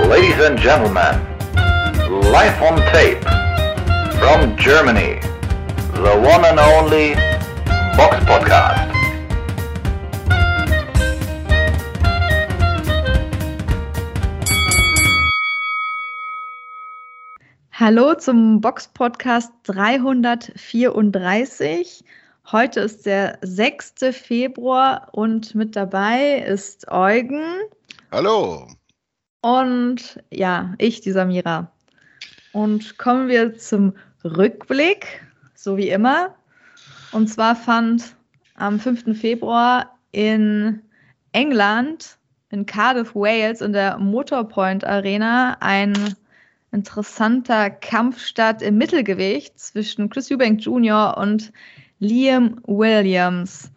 Ladies and gentlemen, live on tape from Germany, the one and only Box Podcast. Hallo zum Box Podcast 334. Heute ist der 6. Februar und mit dabei ist Eugen. Hallo. Und ja, ich, die Samira. Und kommen wir zum Rückblick, so wie immer. Und zwar fand am 5. Februar in England, in Cardiff, Wales, in der Motorpoint Arena ein interessanter Kampf statt im Mittelgewicht zwischen Chris Eubank Jr. und Liam Williams.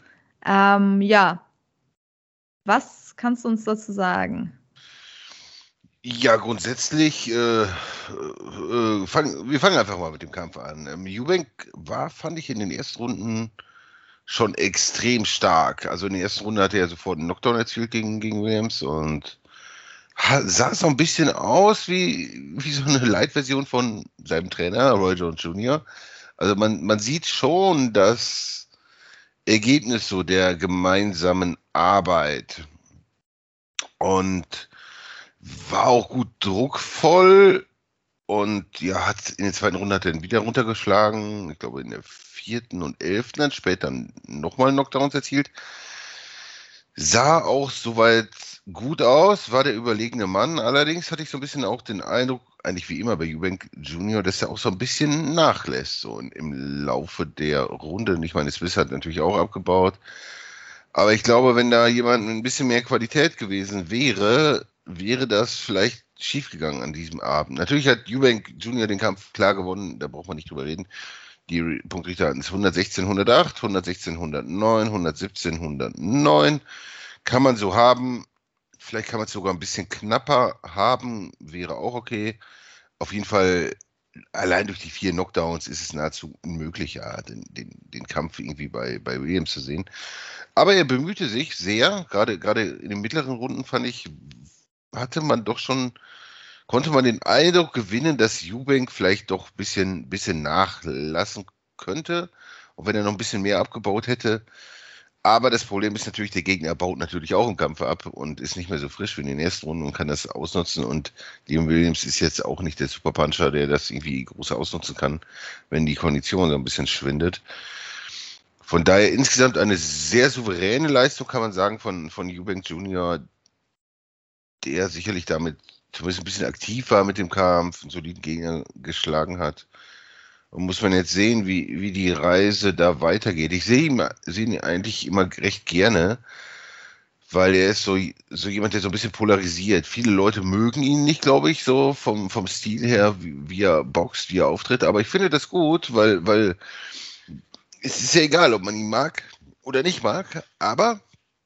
Was kannst du uns dazu sagen? Ja, grundsätzlich, wir fangen einfach mal mit dem Kampf an. Eubank fand ich in den ersten Runden schon extrem stark. Also in der ersten Runde hatte er sofort einen Knockdown erzielt gegen Williams und sah so ein bisschen aus wie so eine Light-Version von seinem Trainer, Roy Jones Jr. Also man sieht schon das Ergebnis so der gemeinsamen Arbeit und war auch gut druckvoll und ja, in der zweiten Runde hat er ihn wieder runtergeschlagen. Ich glaube in der 4. und 11. dann später nochmal Knockdowns erzielt. Sah auch soweit gut aus, war der überlegene Mann. Allerdings hatte ich so ein bisschen auch den Eindruck, eigentlich wie immer bei Eubank Jr., dass er auch so ein bisschen nachlässt, so im Laufe der Runde. Ich meine, Smith hat natürlich auch abgebaut. Aber ich glaube, wenn da jemand ein bisschen mehr Qualität gewesen wäre, wäre das vielleicht schiefgegangen an diesem Abend. Natürlich hat Eubank Jr. den Kampf klar gewonnen, da braucht man nicht drüber reden. Die Punktrichter hatten es 116-108, 116-109, 117-109. Kann man so haben. Vielleicht kann man es sogar ein bisschen knapper haben, wäre auch okay. Auf jeden Fall, allein durch die 4 Knockdowns ist es nahezu unmöglich, ja, den Kampf irgendwie bei Williams zu sehen. Aber er bemühte sich sehr, gerade in den mittleren Runden fand ich, konnte man den Eindruck gewinnen, dass Eubank vielleicht doch ein bisschen nachlassen könnte, auch wenn er noch ein bisschen mehr abgebaut hätte. Aber das Problem ist natürlich, der Gegner baut natürlich auch im Kampf ab und ist nicht mehr so frisch wie in den ersten Runden und kann das ausnutzen. Und Liam Williams ist jetzt auch nicht der Superpuncher, der das irgendwie groß ausnutzen kann, wenn die Kondition so ein bisschen schwindet. Von daher insgesamt eine sehr souveräne Leistung, kann man sagen, von Eubank Jr., der sicherlich damit zumindest ein bisschen aktiv war mit dem Kampf, einen soliden Gegner geschlagen hat. Und muss man jetzt sehen, wie die Reise da weitergeht. Ich sehe ihn eigentlich immer recht gerne, weil er ist so jemand, der so ein bisschen polarisiert. Viele Leute mögen ihn nicht, glaube ich, so vom Stil her, wie er boxt, wie er auftritt. Aber ich finde das gut, weil es ist ja egal, ob man ihn mag oder nicht mag, aber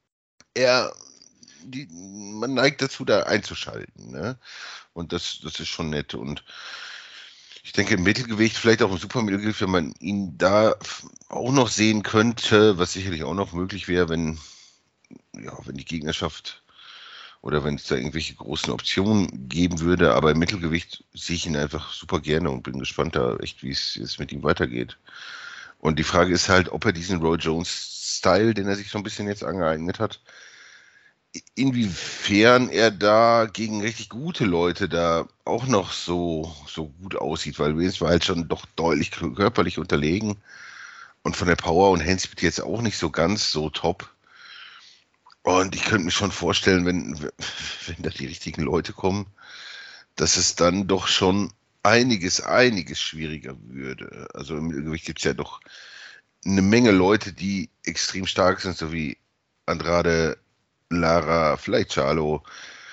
man neigt dazu, da einzuschalten, ne? Und das ist schon nett. Und ich denke, im Mittelgewicht, vielleicht auch im Supermittelgewicht, wenn man ihn da auch noch sehen könnte, was sicherlich auch noch möglich wäre, wenn die Gegnerschaft oder wenn es da irgendwelche großen Optionen geben würde. Aber im Mittelgewicht sehe ich ihn einfach super gerne und bin gespannt da echt, wie es jetzt mit ihm weitergeht. Und die Frage ist halt, ob er diesen Roy Jones-Style, den er sich so ein bisschen jetzt angeeignet hat, inwiefern er da gegen richtig gute Leute da auch noch so gut aussieht, weil Williams war halt schon doch deutlich körperlich unterlegen und von der Power und Handspeed jetzt auch nicht so ganz so top. Und ich könnte mir schon vorstellen, wenn da die richtigen Leute kommen, dass es dann doch schon einiges schwieriger würde. Also im Mittelgewicht gibt es ja doch eine Menge Leute, die extrem stark sind, so wie Andrade, Lara, vielleicht Charlo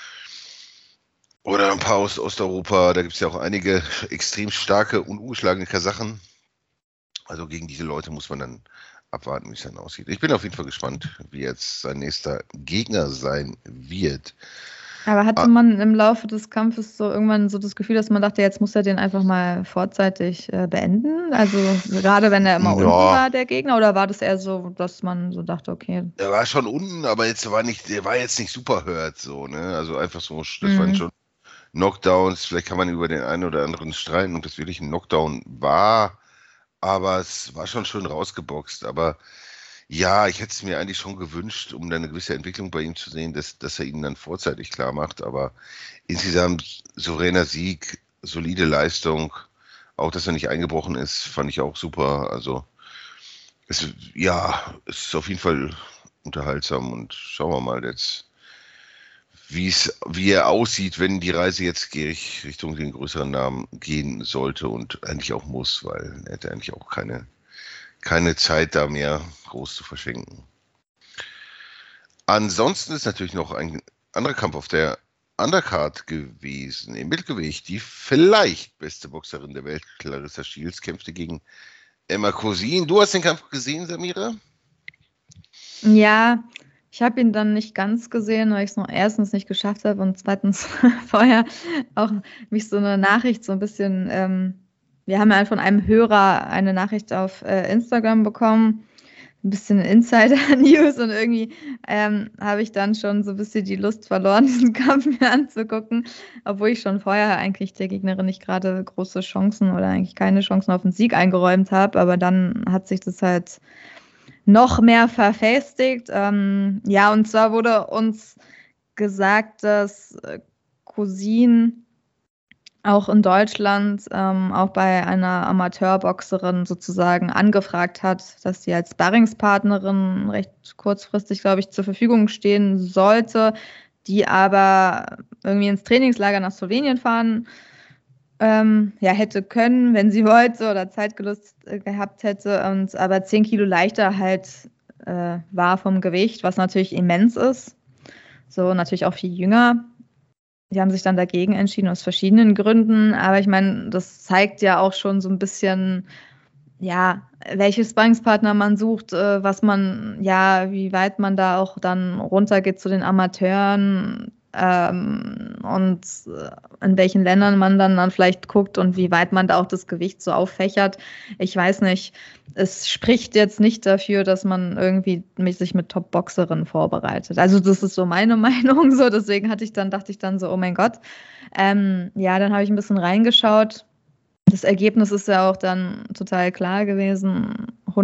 oder ein paar aus Osteuropa. Da gibt es ja auch einige extrem starke und ungeschlagene Kasachen. Also gegen diese Leute muss man dann abwarten, wie es dann aussieht. Ich bin auf jeden Fall gespannt, wie jetzt sein nächster Gegner sein wird. Aber hatte man im Laufe des Kampfes so irgendwann so das Gefühl, dass man dachte, jetzt muss er den einfach mal vorzeitig beenden? Also gerade wenn er immer unten war, der Gegner, oder war das eher so, dass man so dachte, okay. Er war schon unten, aber der war jetzt nicht super hurt, so, ne? Also einfach so, das waren schon Knockdowns. Vielleicht kann man über den einen oder anderen streiten, ob das wirklich ein Knockdown war, aber es war schon schön rausgeboxt. Aber ja, ich hätte es mir eigentlich schon gewünscht, um dann eine gewisse Entwicklung bei ihm zu sehen, dass er ihn dann vorzeitig klar macht. Aber insgesamt souveräner Sieg, solide Leistung. Auch, dass er nicht eingebrochen ist, fand ich auch super. Also, es ist auf jeden Fall unterhaltsam und schauen wir mal jetzt, wie er aussieht, wenn die Reise jetzt Richtung den größeren Namen gehen sollte und eigentlich auch muss, weil er hätte eigentlich auch keine Zeit da mehr groß zu verschenken. Ansonsten ist natürlich noch ein anderer Kampf auf der Undercard gewesen, im Mittelgewicht. Die vielleicht beste Boxerin der Welt, Claressa Shields, kämpfte gegen Emma Kozin. Du hast den Kampf gesehen, Samira? Ja, ich habe ihn dann nicht ganz gesehen, weil ich es noch erstens nicht geschafft habe und zweitens vorher auch mich so eine Nachricht so ein bisschen, wir haben ja von einem Hörer eine Nachricht auf Instagram bekommen, ein bisschen Insider-News und irgendwie habe ich dann schon so ein bisschen die Lust verloren, diesen Kampf mir anzugucken, obwohl ich schon vorher eigentlich der Gegnerin nicht gerade große Chancen oder eigentlich keine Chancen auf den Sieg eingeräumt habe, aber dann hat sich das halt noch mehr verfestigt. Ja, und zwar wurde uns gesagt, dass Kozin auch in Deutschland auch bei einer Amateurboxerin sozusagen angefragt hat, dass sie als Sparringspartnerin recht kurzfristig, glaube ich, zur Verfügung stehen sollte, die aber irgendwie ins Trainingslager nach Slowenien fahren hätte können, wenn sie wollte oder Zeitgelust gehabt hätte, und aber 10 Kilo leichter halt war vom Gewicht, was natürlich immens ist. So natürlich auch viel jünger. Die haben sich dann dagegen entschieden aus verschiedenen Gründen, aber ich meine, das zeigt ja auch schon so ein bisschen, ja, welche Sparringspartner man sucht, was man, ja, wie weit man da auch dann runtergeht zu den Amateuren, und in welchen Ländern man dann vielleicht guckt und wie weit man da auch das Gewicht so auffächert. Ich weiß nicht, es spricht jetzt nicht dafür, dass man irgendwie sich mit Top-Boxerinnen vorbereitet. Also das ist so meine Meinung, so deswegen dachte ich dann so, oh mein Gott. Ja, dann habe ich ein bisschen reingeschaut. Das Ergebnis ist ja auch dann total klar gewesen,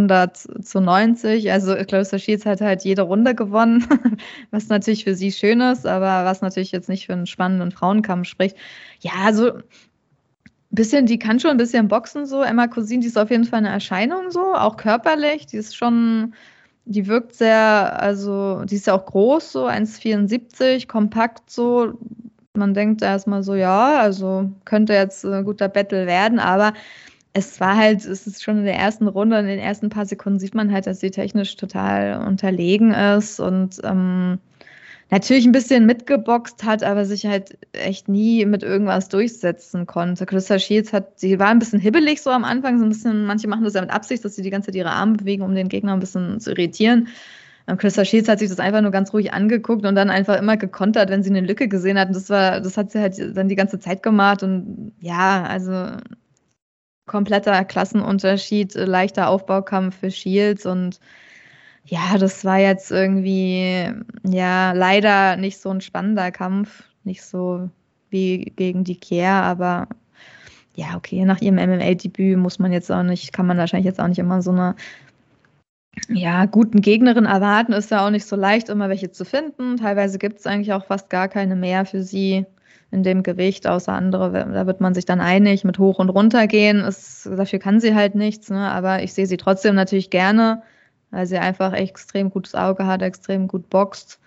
100-90. Also Claressa Shields hat halt jede Runde gewonnen, was natürlich für sie schön ist, aber was natürlich jetzt nicht für einen spannenden Frauenkampf spricht. Ja, also die kann schon ein bisschen boxen so. Emma Kozin, die ist auf jeden Fall eine Erscheinung so, auch körperlich. Die wirkt sehr, also die ist ja auch groß so, 1,74, kompakt so. Man denkt erstmal so, ja, also könnte jetzt ein guter Battle werden, aber es ist schon in der ersten Runde, in den ersten paar Sekunden sieht man halt, dass sie technisch total unterlegen ist und natürlich ein bisschen mitgeboxt hat, aber sich halt echt nie mit irgendwas durchsetzen konnte. Claressa Shields sie war ein bisschen hibbelig so am Anfang, so ein bisschen, manche machen das ja mit Absicht, dass sie die ganze Zeit ihre Arme bewegen, um den Gegner ein bisschen zu irritieren. Claressa Shields hat sich das einfach nur ganz ruhig angeguckt und dann einfach immer gekontert, wenn sie eine Lücke gesehen hat. Und das hat sie halt dann die ganze Zeit gemacht. Und ja, also kompletter Klassenunterschied, leichter Aufbaukampf für Shields. Und ja, das war jetzt irgendwie, ja, leider nicht so ein spannender Kampf. Nicht so wie gegen die Kier, aber ja, okay, nach ihrem MMA-Debüt kann man wahrscheinlich jetzt auch nicht immer so eine guten Gegnerin erwarten, ist ja auch nicht so leicht, immer welche zu finden. Teilweise gibt es eigentlich auch fast gar keine mehr für sie in dem Gewicht, außer andere, da wird man sich dann einig, mit hoch und runter gehen. Dafür kann sie halt nichts, ne? Aber ich sehe sie trotzdem natürlich gerne, weil sie einfach extrem gutes Auge hat, extrem gut boxt.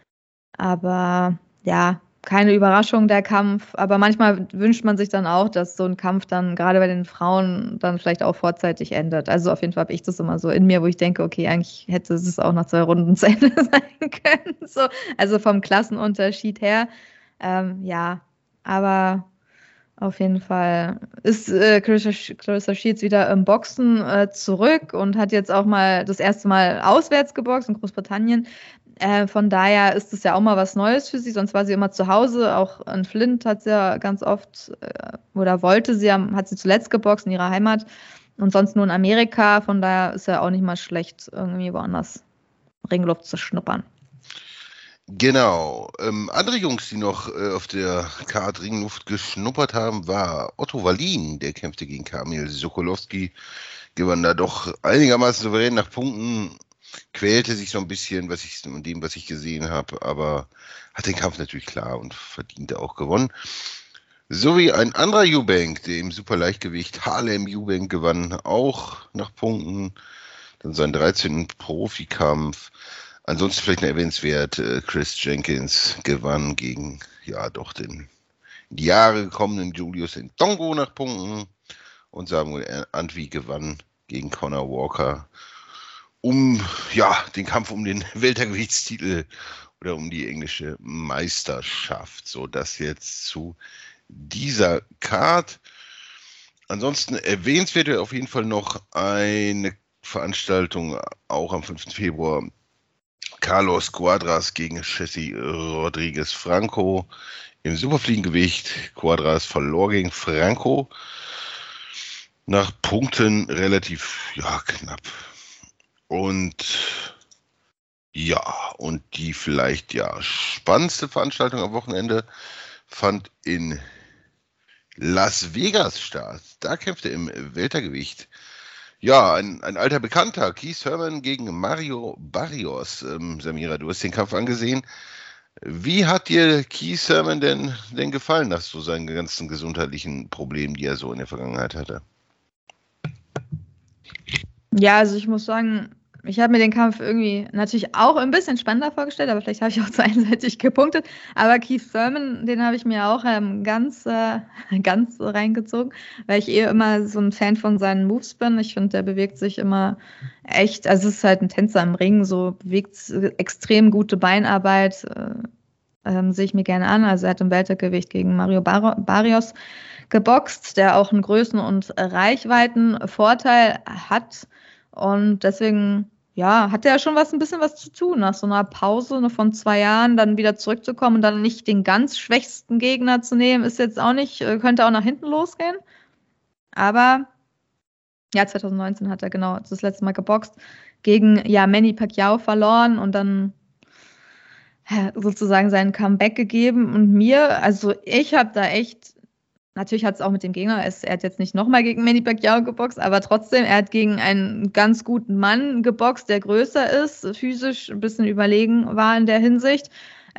Aber ja, keine Überraschung der Kampf, aber manchmal wünscht man sich dann auch, dass so ein Kampf dann gerade bei den Frauen dann vielleicht auch vorzeitig endet. Also auf jeden Fall habe ich das immer so in mir, wo ich denke, okay, eigentlich hätte es auch nach 2 Runden zu Ende sein können. So, also vom Klassenunterschied her. Ja, aber auf jeden Fall ist Claressa Shields wieder im Boxen zurück und hat jetzt auch mal das erste Mal auswärts geboxt in Großbritannien. Von daher ist es ja auch mal was Neues für sie, sonst war sie immer zu Hause. Auch in Flint hat sie ja ganz oft hat sie zuletzt geboxt in ihrer Heimat und sonst nur in Amerika. Von daher ist ja auch nicht mal schlecht, irgendwie woanders Ringluft zu schnuppern. Genau. Andere Jungs, die noch auf der Card Ringluft geschnuppert haben, war Otto Wallin. Der kämpfte gegen Kamil Sokolowski, gewann da doch einigermaßen souverän nach Punkten, quälte sich so ein bisschen, was ich gesehen habe, aber hat den Kampf natürlich klar und verdiente auch gewonnen. Sowie ein anderer Eubank, der im Superleichtgewicht Harlem Eubank gewann, auch nach Punkten. Dann seinen 13. Profikampf. Ansonsten vielleicht noch erwähnenswert, Chris Jenkins gewann gegen, ja doch, den in die Jahre gekommenen Julius Ndongo nach Punkten. Und Samuel Antwi gewann gegen Conor Walker um, ja, den Kampf um den Weltergewichtstitel oder um die englische Meisterschaft. So, das jetzt zu dieser Card. Ansonsten erwähnenswert auf jeden Fall noch eine Veranstaltung, auch am 5. Februar. Carlos Cuadras gegen Jesse Rodriguez Franco im Superfliegengewicht. Cuadras verlor gegen Franco nach Punkten relativ knapp. Und die vielleicht spannendste Veranstaltung am Wochenende fand in Las Vegas statt. Da kämpfte im Weltergewicht ein alter Bekannter, Keith Thurman gegen Mario Barrios. Samira, du hast den Kampf angesehen. Wie hat dir Keith Thurman denn gefallen nach so seinen ganzen gesundheitlichen Problemen, die er so in der Vergangenheit hatte? Ja, also ich muss sagen, ich habe mir den Kampf irgendwie natürlich auch ein bisschen spannender vorgestellt, aber vielleicht habe ich auch zu einseitig gepunktet. Aber Keith Thurman, den habe ich mir auch ganz reingezogen, weil ich immer so ein Fan von seinen Moves bin. Ich finde, der bewegt sich immer echt, also es ist halt ein Tänzer im Ring, so bewegt extrem gute Beinarbeit, sehe ich mir gerne an. Also er hat im Weltergewicht gegen Mario Barrios geboxt, der auch einen Größen- und Reichweitenvorteil hat. Und deswegen, hat er schon ein bisschen was zu tun, nach so einer Pause von 2 Jahren dann wieder zurückzukommen und dann nicht den ganz schwächsten Gegner zu nehmen, ist jetzt auch nicht, könnte auch nach hinten losgehen. Aber 2019 hat er genau das letzte Mal geboxt, gegen Manny Pacquiao verloren und dann sozusagen seinen Comeback gegeben. Und ich habe da echt, natürlich hat es auch mit dem Gegner, er hat jetzt nicht nochmal gegen Manny Pacquiao geboxt, aber trotzdem, er hat gegen einen ganz guten Mann geboxt, der größer ist, physisch ein bisschen überlegen war in der Hinsicht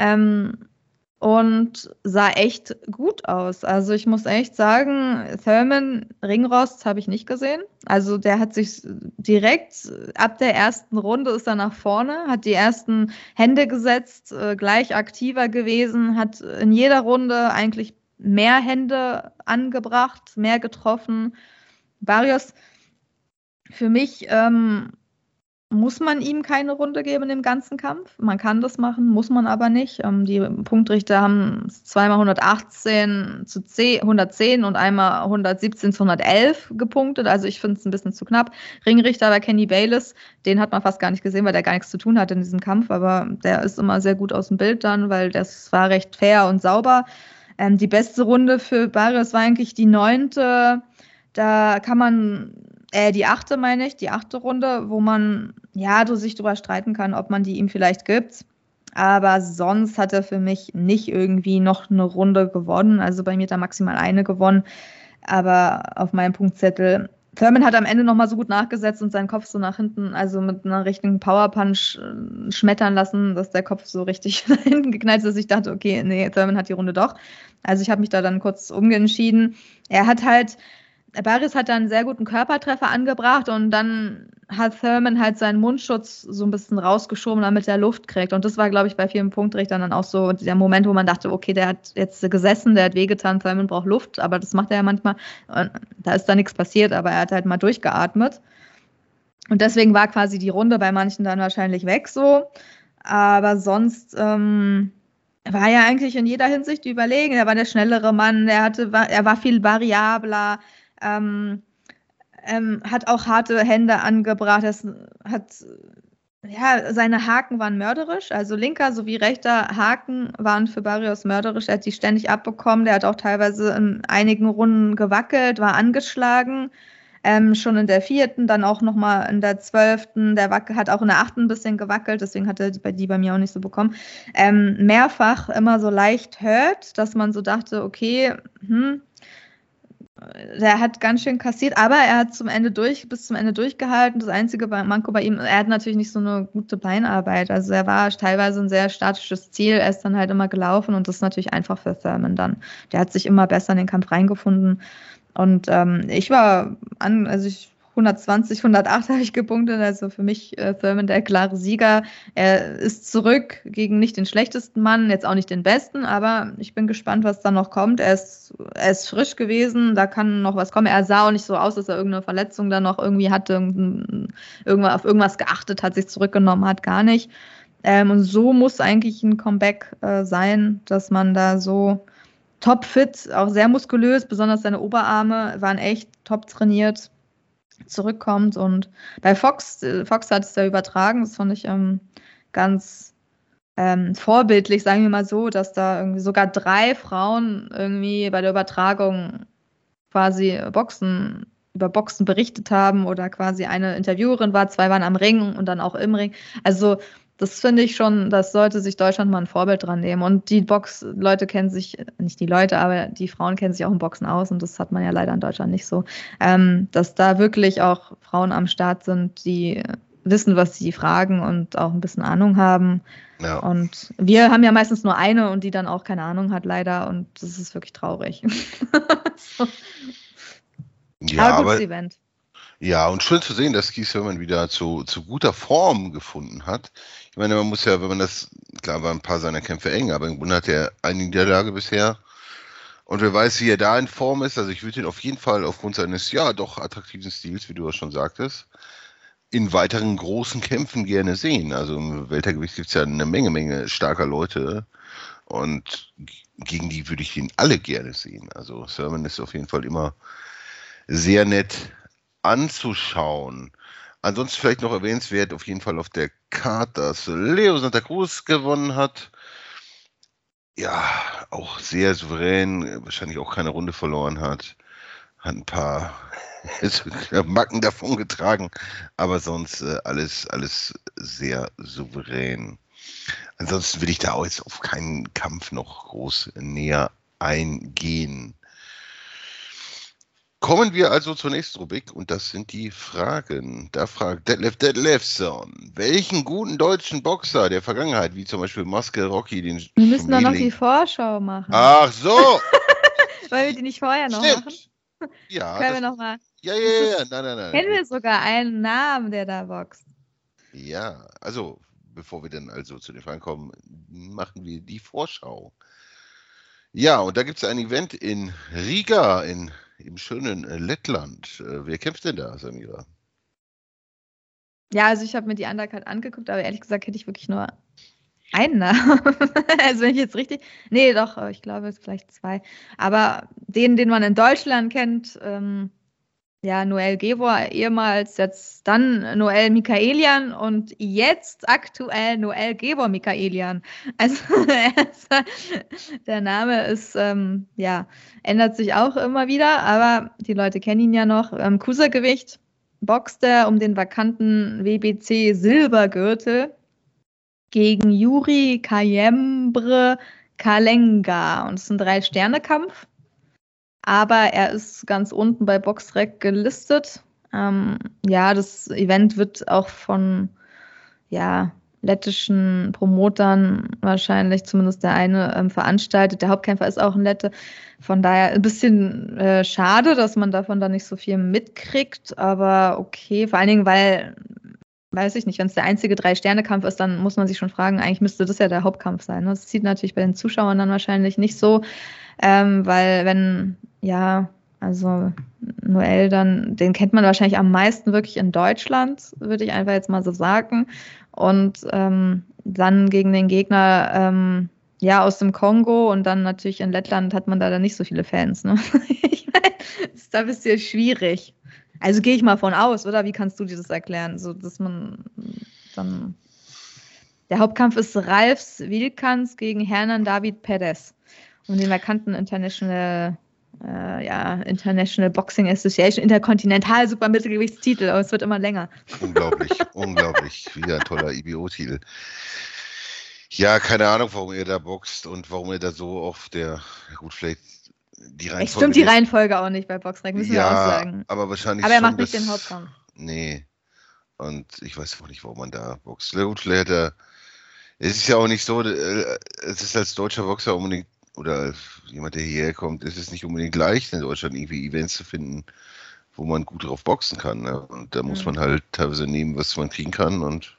und sah echt gut aus. Also ich muss echt sagen, Thurman, Ringrost habe ich nicht gesehen. Also der hat sich direkt ab der ersten Runde ist er nach vorne, hat die ersten Hände gesetzt, gleich aktiver gewesen, hat in jeder Runde eigentlich mehr Hände angebracht, mehr getroffen. Barrios, für mich muss man ihm keine Runde geben in dem ganzen Kampf. Man kann das machen, muss man aber nicht. Die Punktrichter haben zweimal 118 zu 110 und einmal 117 zu 111 gepunktet. Also ich finde es ein bisschen zu knapp. Ringrichter war Kenny Bayless. Den hat man fast gar nicht gesehen, weil der gar nichts zu tun hat in diesem Kampf. Aber der ist immer sehr gut aus dem Bild dann, weil das war recht fair und sauber. Die beste Runde für Barrios war eigentlich die 9. Da kann man, die 8. meine ich, die 8. Runde, wo man sich drüber streiten kann, ob man die ihm vielleicht gibt. Aber sonst hat er für mich nicht irgendwie noch eine Runde gewonnen. Also bei mir hat er maximal eine gewonnen. Aber auf meinem Punktzettel, Thurman hat am Ende nochmal so gut nachgesetzt und seinen Kopf so nach hinten, also mit einer richtigen Powerpunch schmettern lassen, dass der Kopf so richtig nach hinten geknallt ist, dass ich dachte, okay, nee, Thurman hat die Runde doch. Also ich habe mich da dann kurz umentschieden. Barrios hat dann einen sehr guten Körpertreffer angebracht und dann hat Thurman halt seinen Mundschutz so ein bisschen rausgeschoben, damit er Luft kriegt. Und das war, glaube ich, bei vielen Punktrichtern dann auch so der Moment, wo man dachte, okay, der hat jetzt gesessen, der hat wehgetan, Thurman braucht Luft, aber das macht er ja manchmal. Und da ist da nichts passiert, aber er hat halt mal durchgeatmet. Und deswegen war quasi die Runde bei manchen dann wahrscheinlich weg so. Aber sonst war ja eigentlich in jeder Hinsicht überlegen. Er war der schnellere Mann, er war viel variabler. Hat auch harte Hände angebracht, seine Haken waren mörderisch, also linker sowie rechter Haken waren für Barrios mörderisch, er hat die ständig abbekommen, der hat auch teilweise in einigen Runden gewackelt, war angeschlagen, Schon in der 4., dann auch nochmal in der 12., der hat auch in der 8. ein bisschen gewackelt, deswegen hat er die bei mir auch nicht so bekommen. Mehrfach immer so leicht hurt, dass man so dachte, okay, der hat ganz schön kassiert, aber er hat bis zum Ende durchgehalten. Das einzige Manko bei ihm, er hat natürlich nicht so eine gute Beinarbeit. Also er war teilweise ein sehr statisches Ziel, er ist dann halt immer gelaufen und das ist natürlich einfach für Thurman dann. Der hat sich immer besser in den Kampf reingefunden. Und ich war 120, 108 habe ich gepunktet, also für mich Thurman der klare Sieger. Er ist zurück gegen nicht den schlechtesten Mann, jetzt auch nicht den besten, aber ich bin gespannt, was da noch kommt. Er ist frisch gewesen, da kann noch was kommen. Er sah auch nicht so aus, dass er irgendeine Verletzung da noch irgendwie hatte, auf irgendwas geachtet hat, sich zurückgenommen hat, gar nicht. Und so muss eigentlich ein Comeback sein, dass man da so topfit, auch sehr muskulös, besonders seine Oberarme waren echt top trainiert, zurückkommt. Und bei Fox hat es ja übertragen, das fand ich ganz vorbildlich, sagen wir mal so, dass da irgendwie sogar 3 Frauen irgendwie bei der Übertragung quasi über Boxen berichtet haben oder quasi eine Interviewerin war, 2 waren am Ring und dann auch im Ring. Also das finde ich schon, das sollte sich Deutschland mal ein Vorbild dran nehmen. Und die Box-Leute kennen sich, nicht die Leute, aber die Frauen kennen sich auch im Boxen aus und das hat man ja leider in Deutschland nicht so. Dass da wirklich auch Frauen am Start sind, die wissen, was sie fragen und auch ein bisschen Ahnung haben. Ja. Und wir haben ja meistens nur eine und die dann auch keine Ahnung hat, leider. Und das ist wirklich traurig. So. Ja, aber gutes Event. Ja, und schön zu sehen, dass Keith Thurman wieder zu guter Form gefunden hat. Ich meine, man muss ja, wenn man das, klar war ein paar seiner Kämpfe eng, aber im Grunde hat er eine Niederlage bisher. Und wer weiß, wie er da in Form ist. Also ich würde ihn auf jeden Fall aufgrund seines, ja, doch attraktiven Stils, wie du ja schon sagtest, in weiteren großen Kämpfen gerne sehen. Also im Weltergewicht gibt es ja eine Menge starker Leute. Und gegen die würde ich ihn alle gerne sehen. Also Thurman ist auf jeden Fall immer sehr nett anzuschauen. Ansonsten vielleicht noch erwähnenswert auf jeden Fall auf der Karte, dass Leo Santa Cruz gewonnen hat. Ja, auch sehr souverän, wahrscheinlich auch keine Runde verloren hat. Hat ein paar Macken davon getragen, aber sonst alles sehr souverän. Ansonsten will ich da auch jetzt auf keinen Kampf noch groß näher eingehen. Kommen wir also zur nächsten Rubrik und das sind die Fragen. Da fragt Detlefson, welchen guten deutschen Boxer der Vergangenheit, wie zum Beispiel Maske Rocky, den wir müssen doch noch die Vorschau machen. Ach so! Wollen wir die nicht vorher noch machen? Ja. Können wir noch mal? Ja. Nein. Kennen wir sogar einen Namen, der da boxt? Ja, also bevor wir dann also zu den Fragen kommen, machen wir die Vorschau. Ja, und da gibt es ein Event in Riga, im schönen Lettland. Wer kämpft denn da, Samira? Ja, also ich habe mir die Undercard angeguckt, aber ehrlich gesagt hätte ich wirklich nur einen Namen. Also wenn ich jetzt richtig... Nee, doch, ich glaube, es vielleicht 2. Aber den man in Deutschland kennt, ja, Noel Gebor, ehemals jetzt dann Noel Mikaelian und jetzt aktuell Noel Gebor Mikaelian. Also der Name ist, ja, ändert sich auch immer wieder, aber die Leute kennen ihn ja noch. Cruisergewicht boxt er um den vakanten WBC Silbergürtel gegen Juri Kayembre Kalenga. Und es ist ein 3-Sterne-Kampf. Aber er ist ganz unten bei Boxrec gelistet. Ja, das Event wird auch von lettischen Promotern wahrscheinlich, zumindest der eine, veranstaltet. Der Hauptkämpfer ist auch ein Lette. Von daher ein bisschen schade, dass man davon dann nicht so viel mitkriegt. Aber okay, vor allen Dingen, weil, weiß ich nicht, wenn es der einzige 3-Sterne-Kampf ist, dann muss man sich schon fragen, eigentlich müsste das ja der Hauptkampf sein. Das zieht natürlich bei den Zuschauern dann wahrscheinlich nicht so. Weil wenn, also Noel dann, den kennt man wahrscheinlich am meisten wirklich in Deutschland, würde ich einfach jetzt mal so sagen. Und dann gegen den Gegner aus dem Kongo und dann natürlich in Lettland hat man da dann nicht so viele Fans. Ne? Ich meine, das ist da ein bisschen schwierig. Also gehe ich mal von aus, oder? Wie kannst du dir das erklären? So, dass man dann... Der Hauptkampf ist Ralf Wilkans gegen Hernan David Perez um den vakanten International International Boxing Association, Interkontinental Supermittelgewichtstitel, aber es wird immer länger. Unglaublich, unglaublich. Wieder ein toller IBO-Titel. Ja, keine Ahnung, warum er da boxt und warum er da so auf gut, vielleicht die Reihenfolge. Stimmt die Reihenfolge auch nicht bei Boxrec, müssen wir auch sagen. Aber wahrscheinlich aber er schon macht nicht den Hauptkampf. Nee. Und ich weiß auch nicht, warum man da boxt. Gut, vielleicht es ist ja auch nicht so, es ist als deutscher Boxer unbedingt, oder jemand, der hierher kommt, ist es nicht unbedingt leicht, in Deutschland irgendwie Events zu finden, wo man gut drauf boxen kann. Ne? Und da muss man halt teilweise nehmen, was man kriegen kann. Und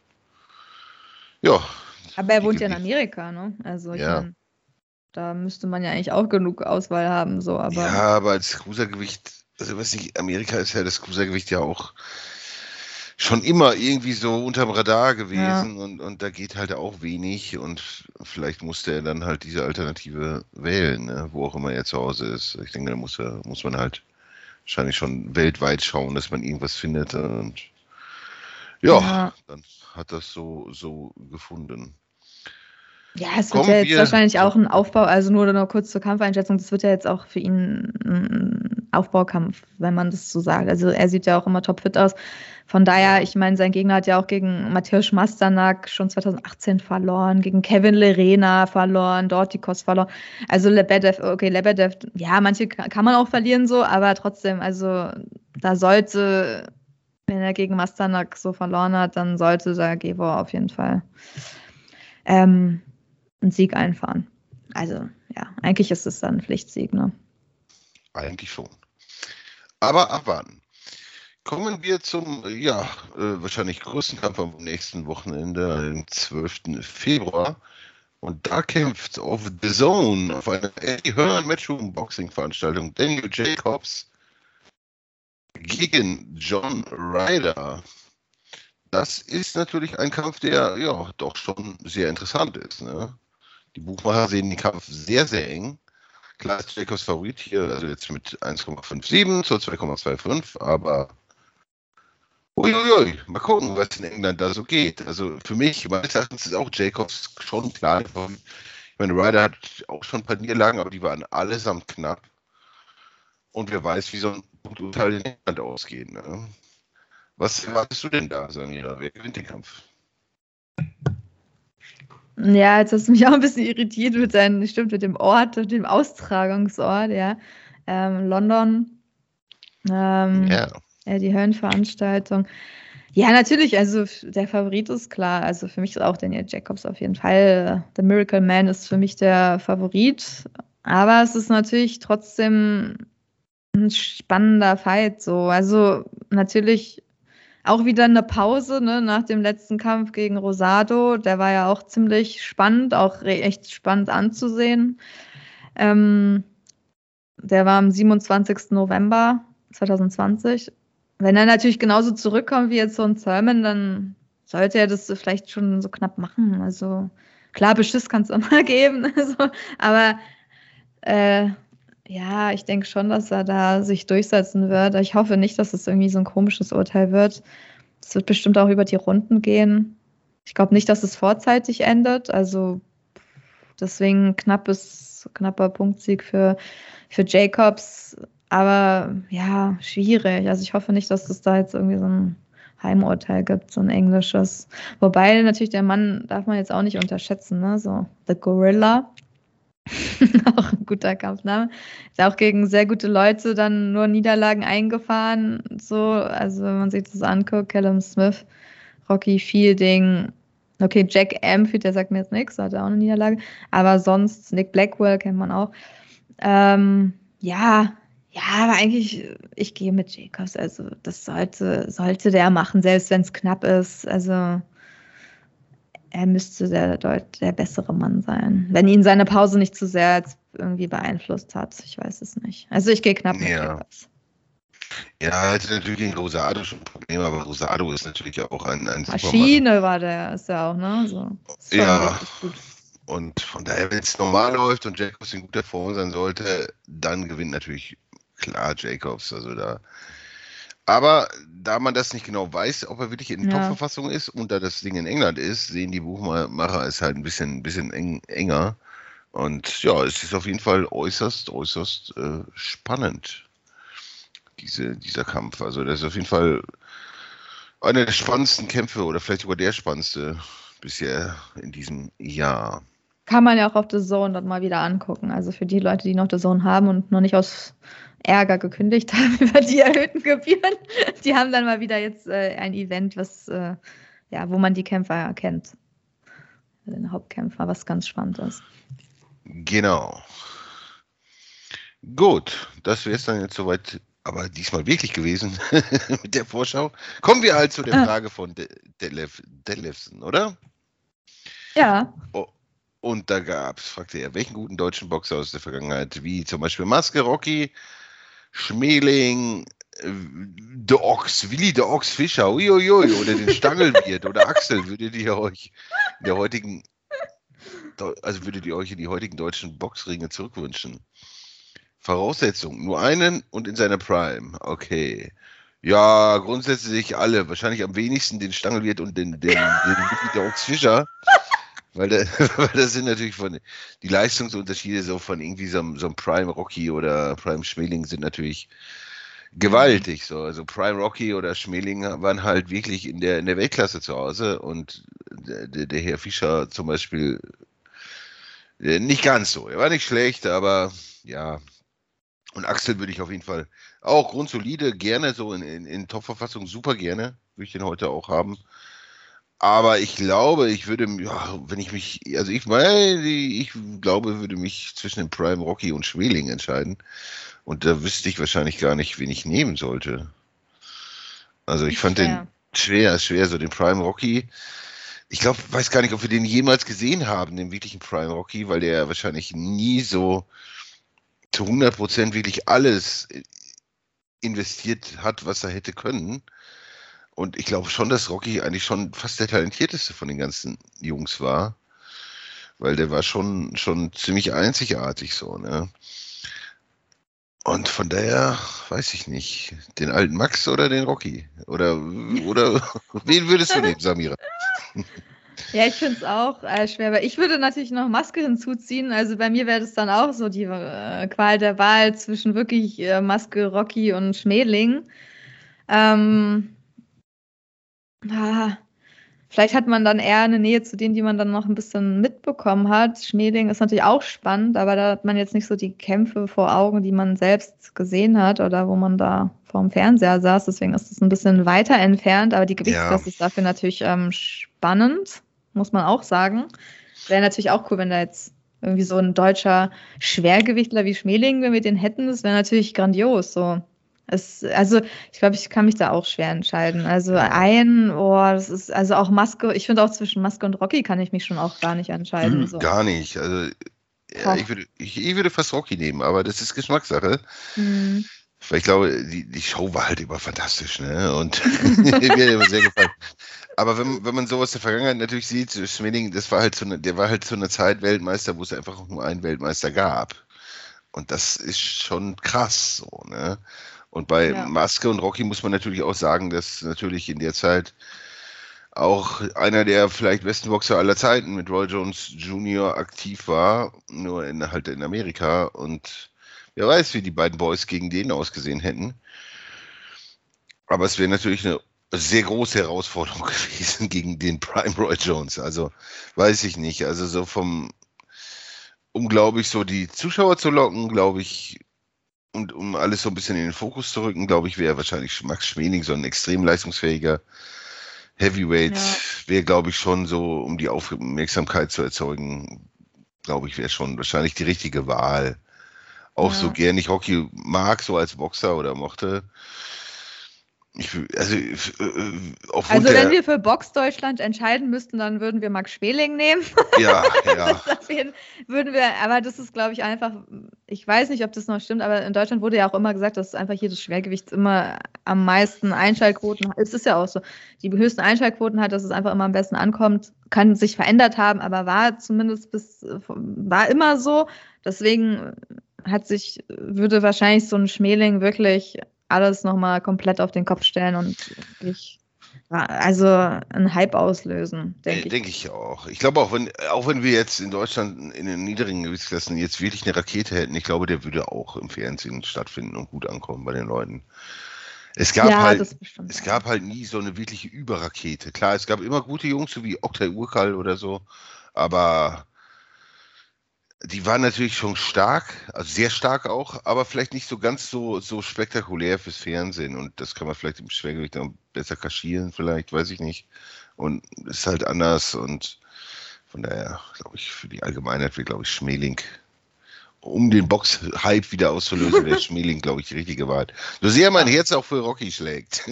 ja. Aber er wohnt ja in Amerika, ne? Also ich meine, da müsste man ja eigentlich auch genug Auswahl haben. So, aber ja, aber als Cruisergewicht, also weiß nicht, Amerika ist ja das Cruisergewicht ja auch schon immer irgendwie so unterm Radar gewesen und da geht halt auch wenig und vielleicht musste er dann halt diese Alternative wählen, ne? Wo auch immer er zu Hause ist. Ich denke, da muss man halt wahrscheinlich schon weltweit schauen, dass man irgendwas findet und dann hat das so gefunden. Ja, es wird ja jetzt wahrscheinlich auch ein Aufbau, also nur noch kurz zur Kampfeinschätzung, das wird ja jetzt auch für ihn ein Aufbaukampf, wenn man das so sagt. Also er sieht ja auch immer topfit aus. Von daher, ich meine, sein Gegner hat ja auch gegen Mateusz Masternak schon 2018 verloren, gegen Kevin Lerena verloren, Dorticos verloren. Also Lebedev, ja, manche kann man auch verlieren so, aber trotzdem, also da sollte, wenn er gegen Masternak so verloren hat, dann sollte da Gebor auf jeden Fall einen Sieg einfahren. Also, ja, eigentlich ist es dann ein Pflichtsieg, ne? Eigentlich schon. Aber abwarten. Kommen wir zum, wahrscheinlich größten Kampf am nächsten Wochenende, am 12. Februar. Und da kämpft auf The Zone, auf einer Eddie Hearn Matchroom Boxing Veranstaltung, Daniel Jacobs gegen John Ryder. Das ist natürlich ein Kampf, der doch schon sehr interessant ist. Ne? Die Buchmacher sehen den Kampf sehr, sehr eng. Klar ist Jacobs Favorit hier, also jetzt mit 1,57 zu 2,25, aber mal gucken, was in England da so geht. Also für mich, meines Erachtens ist auch Jacobs schon klar. Ich meine, Ryder hat auch schon ein paar Niederlagen, aber die waren allesamt knapp. Und wer weiß, wie so ein Punkturteil in England ausgeht. Ne? Was erwartest du denn da, Samira? Wer gewinnt den Kampf? Ja, jetzt hast du mich auch ein bisschen irritiert mit dem Ort, dem Austragungsort, ja. London. Die Hearn-Veranstaltung. Ja, natürlich, also der Favorit ist klar. Also für mich ist auch Daniel Jacobs auf jeden Fall. The Miracle Man ist für mich der Favorit. Aber es ist natürlich trotzdem ein spannender Fight. So. Also natürlich auch wieder eine Pause, ne, nach dem letzten Kampf gegen Rosado. Der war ja auch ziemlich spannend, auch echt spannend anzusehen. Der war am 27. November 2020. Wenn er natürlich genauso zurückkommt wie jetzt so ein Thurman, dann sollte er das vielleicht schon so knapp machen. Also klar, Beschiss kann es immer geben. Also, aber ich denke schon, dass er da sich durchsetzen wird. Ich hoffe nicht, dass es irgendwie so ein komisches Urteil wird. Es wird bestimmt auch über die Runden gehen. Ich glaube nicht, dass es vorzeitig endet. Also deswegen knapper Punktsieg für Jacobs. Aber ja, schwierig. Also ich hoffe nicht, dass es da jetzt irgendwie so ein Heimurteil gibt, so ein englisches. Wobei natürlich der Mann darf man jetzt auch nicht unterschätzen, ne? So The Gorilla. Auch ein guter Kampfname. Ist auch gegen sehr gute Leute dann nur Niederlagen eingefahren. So, also wenn man sich das anguckt, Callum Smith, Rocky Fielding, okay, Jack Amfield, der sagt mir jetzt nichts, hat auch eine Niederlage. Aber sonst, Nick Blackwell kennt man auch. Aber eigentlich, ich gehe mit Jacobs. Also das sollte der machen, selbst wenn es knapp ist. Also er müsste der bessere Mann sein. Wenn ihn seine Pause nicht zu sehr jetzt irgendwie beeinflusst hat. Ich weiß es nicht. Also ich gehe knapp mit Jacobs. Ja, er hatte natürlich gegen Rosado schon Probleme, aber Rosado ist natürlich auch ein Maschine war der, ist ja auch, ne? So, ist schon richtig gut. Und von daher, wenn es normal läuft und Jacobs in guter Form sein sollte, dann gewinnt natürlich klar Jacobs. Also aber da man das nicht genau weiß, ob er wirklich in Top-Verfassung ist und da das Ding in England ist, sehen die Buchmacher es halt ein bisschen enger. Und ja, es ist auf jeden Fall äußerst spannend, dieser Kampf. Also das ist auf jeden Fall einer der spannendsten Kämpfe oder vielleicht sogar der spannendste bisher in diesem Jahr. Kann man ja auch auf The Zone dann mal wieder angucken. Also für die Leute, die noch The Zone haben und noch nicht aus Ärger gekündigt haben über die erhöhten Gebühren, die haben dann mal wieder jetzt ein Event, wo man die Kämpfer erkennt. Den Hauptkämpfer, was ganz spannend ist. Genau. Gut, das wäre es dann jetzt soweit, aber diesmal wirklich gewesen mit der Vorschau. Kommen wir halt zu der Frage von Detlefsen, oder? Ja. Oh, und da fragte er, welchen guten deutschen Boxer aus der Vergangenheit, wie zum Beispiel Maske, Rocky, Schmeling, Willi the Ochs Fischer, uiuiui, oder den Stangelwirt oder Axel, würdet ihr euch in die heutigen deutschen Boxringe zurückwünschen? Voraussetzung, nur einen und in seiner Prime. Okay. Ja, grundsätzlich alle. Wahrscheinlich am wenigsten den Stangelwirt und den Willi the Ochs Fischer. Weil das sind natürlich die Leistungsunterschiede so von irgendwie so einem Prime Rocky oder Prime Schmeling sind natürlich gewaltig. So. Also Prime Rocky oder Schmeling waren halt wirklich in der Weltklasse zu Hause und der Herr Fischer zum Beispiel nicht ganz so. Er war nicht schlecht, aber ja. Und Axel würde ich auf jeden Fall auch grundsolide, gerne so in Top-Verfassung, super gerne, würde ich den heute auch haben. Aber ich glaube, ich würde mich zwischen dem Prime Rocky und Schmeling entscheiden. Und da wüsste ich wahrscheinlich gar nicht, wen ich nehmen sollte. Also ich fand den schwer, so den Prime Rocky. Ich weiß gar nicht, ob wir den jemals gesehen haben, den wirklichen Prime Rocky, weil der wahrscheinlich nie so zu 100% wirklich alles investiert hat, was er hätte können. Und ich glaube schon, dass Rocky eigentlich schon fast der talentierteste von den ganzen Jungs war. Weil der war schon ziemlich einzigartig so, ne? Und von daher, weiß ich nicht, den alten Max oder den Rocky? Oder wen würdest du nehmen, Samira? Ja, ich finde es auch schwer, aber ich würde natürlich noch Maske hinzuziehen. Also bei mir wäre das dann auch so die Qual der Wahl zwischen wirklich Maske, Rocky und Schmeling. Vielleicht hat man dann eher eine Nähe zu denen, die man dann noch ein bisschen mitbekommen hat. Schmeling ist natürlich auch spannend, aber da hat man jetzt nicht so die Kämpfe vor Augen, die man selbst gesehen hat oder wo man da vorm Fernseher saß. Deswegen ist es ein bisschen weiter entfernt, aber die Gewichtsklasse ist dafür natürlich spannend, muss man auch sagen. Wäre natürlich auch cool, wenn da jetzt irgendwie so ein deutscher Schwergewichtler wie Schmeling, wenn wir den hätten, das wäre natürlich grandios. So. Also ich glaube, ich kann mich da auch schwer entscheiden. Also das ist, also auch Maske, ich finde auch zwischen Maske und Rocky kann ich mich schon auch gar nicht entscheiden. So. Gar nicht. Also ja, ich würde fast Rocky nehmen, aber das ist Geschmackssache. Weil ich glaube, die Show war halt immer fantastisch, ne? Und mir hat immer sehr gefallen. Aber wenn man sowas der Vergangenheit natürlich sieht, Schmeling, der war halt zu einer Zeit Weltmeister, wo es einfach nur einen Weltmeister gab. Und das ist schon krass so, ne? Und bei Maske und Rocky muss man natürlich auch sagen, dass natürlich in der Zeit auch einer der vielleicht besten Boxer aller Zeiten mit Roy Jones Jr. aktiv war, nur halt in Amerika. Und wer weiß, wie die beiden Boys gegen den ausgesehen hätten. Aber es wäre natürlich eine sehr große Herausforderung gewesen gegen den Prime Roy Jones. Also weiß ich nicht. Also so glaube ich, so die Zuschauer zu locken, glaube ich, und um alles so ein bisschen in den Fokus zu rücken, glaube ich, wäre wahrscheinlich Max Schmeling so ein extrem leistungsfähiger Heavyweight. Wäre, glaube ich, schon so, um die Aufmerksamkeit zu erzeugen, glaube ich, wäre schon wahrscheinlich die richtige Wahl. Auch so gern ich Rocky mag, so als Boxer oder mochte. Also wenn wir für Box Deutschland entscheiden müssten, dann würden wir Max Schmeling nehmen. Ja. Aber das ist, glaube ich, einfach, ich weiß nicht, ob das noch stimmt, aber in Deutschland wurde ja auch immer gesagt, dass einfach hier das Schwergewicht immer am meisten Einschaltquoten hat. Es ist ja auch so, die höchsten Einschaltquoten hat, dass es einfach immer am besten ankommt. Kann sich verändert haben, aber war immer so. Deswegen würde wahrscheinlich so ein Schmeling wirklich alles nochmal komplett auf den Kopf stellen und wirklich also einen Hype auslösen, denke ich. Denke ich auch. Ich glaube auch wenn wir jetzt in Deutschland in den niedrigen Gewichtsklassen jetzt wirklich eine Rakete hätten, ich glaube, der würde auch im Fernsehen stattfinden und gut ankommen bei den Leuten. Es gab halt nie so eine wirkliche Überrakete. Klar, es gab immer gute Jungs, so wie Oktay Urkal oder so, aber die waren natürlich schon stark, also sehr stark auch, aber vielleicht nicht so ganz so spektakulär fürs Fernsehen. Und das kann man vielleicht im Schwergewicht noch besser kaschieren, vielleicht, weiß ich nicht. Und ist halt anders. Und von daher, glaube ich, für die Allgemeinheit wäre, glaube ich, Schmeling, um den Box-Hype wieder auszulösen, wäre Schmeling, glaube ich, die richtige Wahl. So sehr mein Herz auch für Rocky schlägt.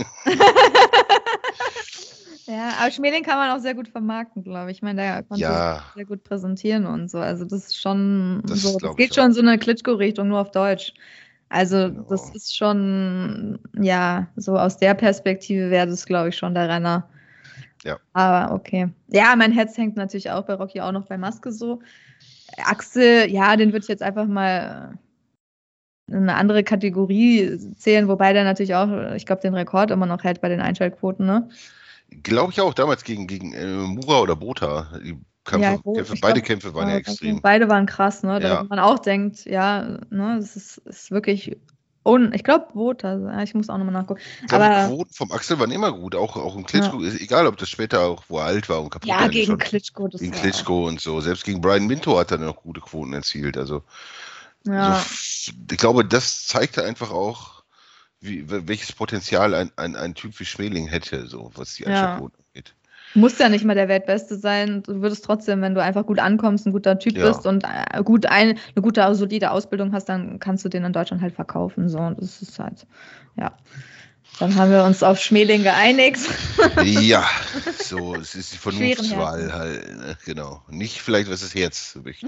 Ja, aber Schmeling kann man auch sehr gut vermarkten, glaube ich. Ich meine, der konnte sich sehr gut präsentieren und so. Also das ist schon das geht schon so eine Klitschko-Richtung, nur auf Deutsch. Also das ist schon, ja, so aus der Perspektive wäre das, glaube ich, schon der Renner. Ja. Aber okay. Ja, mein Herz hängt natürlich auch bei Rocky, auch noch bei Maske so. Axel, ja, den würde ich jetzt einfach mal in eine andere Kategorie zählen, wobei der natürlich auch, ich glaube, den Rekord immer noch hält bei den Einschaltquoten, ne? Glaube ich auch, damals gegen Mura oder Bota. Die beide Kämpfe waren ja extrem. Beide waren krass, ne? Da man auch denkt, ja, ne, das ist wirklich ich glaube, Bota, ich muss auch nochmal nachgucken. Aber die Quoten vom Axel waren immer gut, auch im Klitschko, egal ob das später auch, wo er alt war und kaputt war. Ja, gegen Klitschko. Gegen Klitschko und so. Selbst gegen Brian Minto hat er noch gute Quoten erzielt. Also, ich glaube, das zeigte einfach auch, welches Potenzial ein Typ wie Schmeling hätte, so was die Einschaltquoten angeht. Du musst ja nicht mal der Weltbeste sein. Du würdest trotzdem, wenn du einfach gut ankommst, ein guter Typ bist und eine gute, solide Ausbildung hast, dann kannst du den in Deutschland halt verkaufen. So, das ist halt, ja. Dann haben wir uns auf Schmeling geeinigt. Ja, so, es ist die Vernunftswahl halt, ne? Genau. Nicht vielleicht, was das Herz möchte.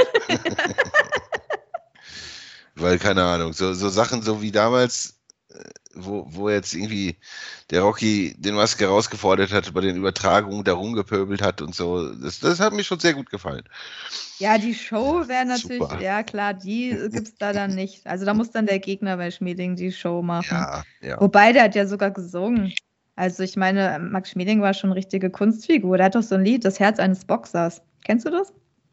Weil, keine Ahnung, so Sachen so wie damals, wo jetzt irgendwie der Rocky den Maske herausgefordert hat, bei den Übertragungen da rumgepöbelt hat und so. Das hat mir schon sehr gut gefallen. Ja, die Show wäre natürlich, ja klar, die gibt es da dann nicht. Also da muss dann der Gegner bei Schmeling die Show machen. Ja. Wobei, der hat ja sogar gesungen. Also ich meine, Max Schmeling war schon eine richtige Kunstfigur. Der hat doch so ein Lied, Das Herz eines Boxers. Kennst du das?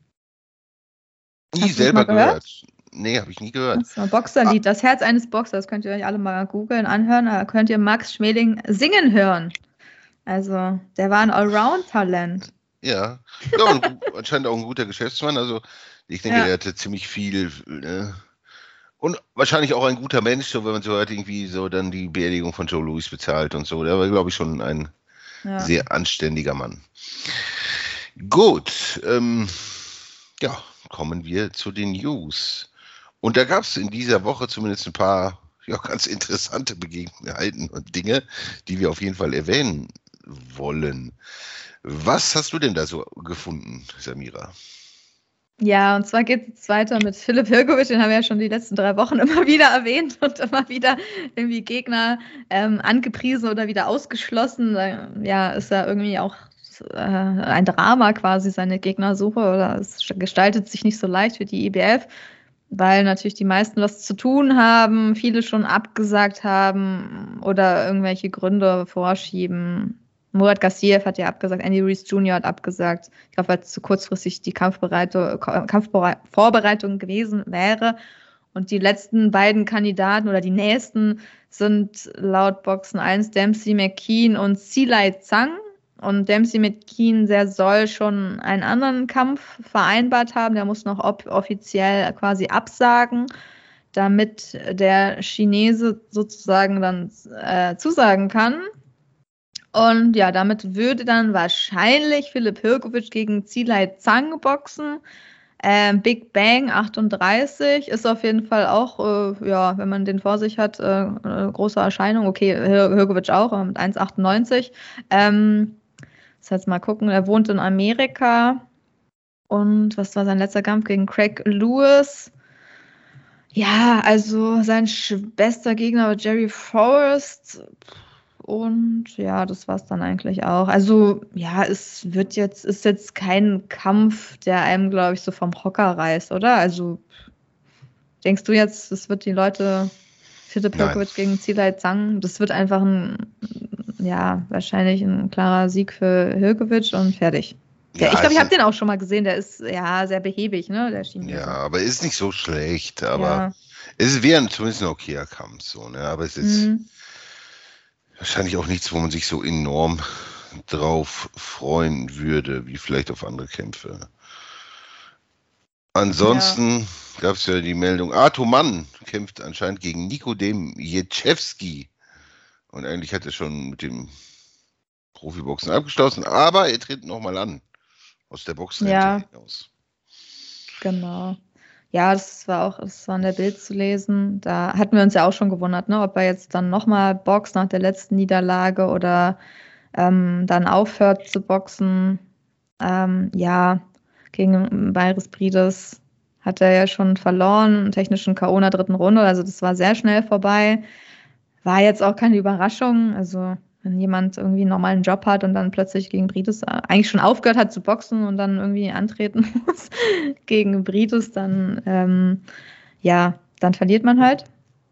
Nie selber gehört. Nee, habe ich nie gehört. Das ist ein Boxerlied, Das Herz eines Boxers. Könnt ihr euch alle mal googeln, anhören. Da könnt ihr Max Schmeling singen hören. Also, der war ein Allround-Talent. Ja, anscheinend auch ein guter Geschäftsmann. Also, ich denke, der hatte ziemlich viel. Ne? Und wahrscheinlich auch ein guter Mensch, so wenn man so hört, irgendwie so dann die Beerdigung von Joe Louis bezahlt und so. Der war, glaube ich, schon ein sehr anständiger Mann. Gut, kommen wir zu den News. Und da gab es in dieser Woche zumindest ein paar ganz interessante Begebenheiten und Dinge, die wir auf jeden Fall erwähnen wollen. Was hast du denn da so gefunden, Samira? Ja, und zwar geht es weiter mit Filip Hrgović, den haben wir ja schon die letzten 3 Wochen immer wieder erwähnt und immer wieder irgendwie Gegner angepriesen oder wieder ausgeschlossen. Ja, ist ja irgendwie auch ein Drama quasi, seine Gegnersuche, oder es gestaltet sich nicht so leicht für die IBF, weil natürlich die meisten was zu tun haben, viele schon abgesagt haben oder irgendwelche Gründe vorschieben. Murat Gassiev hat ja abgesagt, Andy Ruiz Jr. hat abgesagt. Ich glaube, weil es zu kurzfristig die Kampfvorbereitung gewesen wäre. Und die letzten beiden Kandidaten oder die nächsten sind laut Boxen 1 Dempsey McKean und Silai Zhang. Und Dempsey McKean, der soll schon einen anderen Kampf vereinbart haben. Der muss noch offiziell quasi absagen, damit der Chinese sozusagen dann zusagen kann. Und ja, damit würde dann wahrscheinlich Filip Hrgović gegen Silai Zhang boxen. Big Bang 38 ist auf jeden Fall auch, wenn man den vor sich hat, eine große Erscheinung. Okay, Hrgović auch mit 1,98. Jetzt mal gucken, er wohnt in Amerika. Und was war sein letzter Kampf gegen Craig Lewis? Ja, also sein bester Gegner war Jerry Forrest. Und ja, das war es dann eigentlich auch. Also ja, ist jetzt kein Kampf, der einem, glaube ich, so vom Hocker reißt, oder? Also denkst du jetzt, es wird die Leute Tito Perkovic gegen Zilay Zhang. Das wird einfach wahrscheinlich ein klarer Sieg für Hirkovic und fertig. Ja, ich glaube, ich habe den auch schon mal gesehen. Der ist sehr behäbig, ne? Der Chinese. Ja, aber ist nicht so schlecht. Aber es wäre zumindest ein okayer Kampf. So, ne? Aber es ist wahrscheinlich auch nichts, wo man sich so enorm drauf freuen würde, wie vielleicht auf andere Kämpfe. Ansonsten gab es ja die Meldung, Artur Mann kämpft anscheinend gegen Nikodem Jędrzejewski. Und eigentlich hat er schon mit dem Profiboxen abgeschlossen, aber er tritt nochmal an. Aus der Boxrente hinaus. Genau. Ja, das war in der Bild zu lesen. Da hatten wir uns ja auch schon gewundert, ne, ob er jetzt dann nochmal boxt nach der letzten Niederlage oder dann aufhört zu boxen. Gegen Bayris Brides hat er ja schon verloren, einen technischen K.O. in der 3. Runde. Also das war sehr schnell vorbei. War jetzt auch keine Überraschung. Also wenn jemand irgendwie einen normalen Job hat und dann plötzlich gegen Brides eigentlich schon aufgehört hat zu boxen und dann irgendwie antreten muss gegen Brides, dann dann verliert man halt.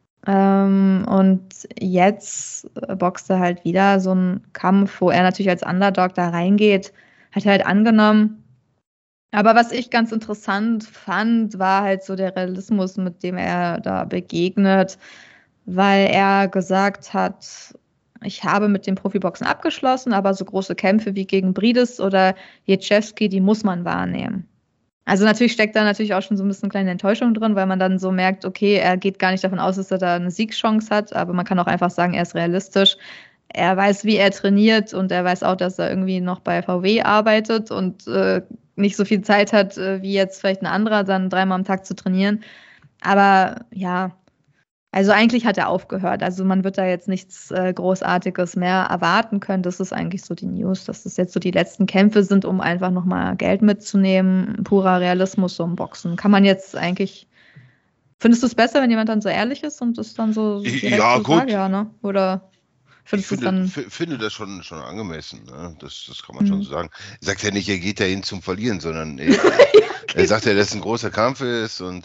Und jetzt boxt er halt wieder so einen Kampf, wo er natürlich als Underdog da reingeht, hat er halt angenommen. Aber was ich ganz interessant fand, war halt so der Realismus, mit dem er da begegnet, weil er gesagt hat, ich habe mit dem Profiboxen abgeschlossen, aber so große Kämpfe wie gegen Brides oder Jędrzejewski, die muss man wahrnehmen. Also natürlich steckt da natürlich auch schon so ein bisschen kleine Enttäuschung drin, weil man dann so merkt, okay, er geht gar nicht davon aus, dass er da eine Siegchance hat, aber man kann auch einfach sagen, er ist realistisch. Er weiß, wie er trainiert und er weiß auch, dass er irgendwie noch bei VW arbeitet und nicht so viel Zeit hat, wie jetzt vielleicht ein anderer, dann 3-mal am Tag zu trainieren. Aber ja, also eigentlich hat er aufgehört. Also man wird da jetzt nichts Großartiges mehr erwarten können. Das ist eigentlich so die News, dass das jetzt so die letzten Kämpfe sind, um einfach nochmal Geld mitzunehmen. Purer Realismus, so im Boxen. Kann man jetzt eigentlich... Findest du es besser, wenn jemand dann so ehrlich ist und es dann so direkt so gut. sagt? Ja, ne? Oder... Ich finde das schon angemessen, ne? Das kann man schon so sagen. Er sagt ja nicht, er geht dahin zum Verlieren, sondern er sagt ja, dass es ein großer Kampf ist und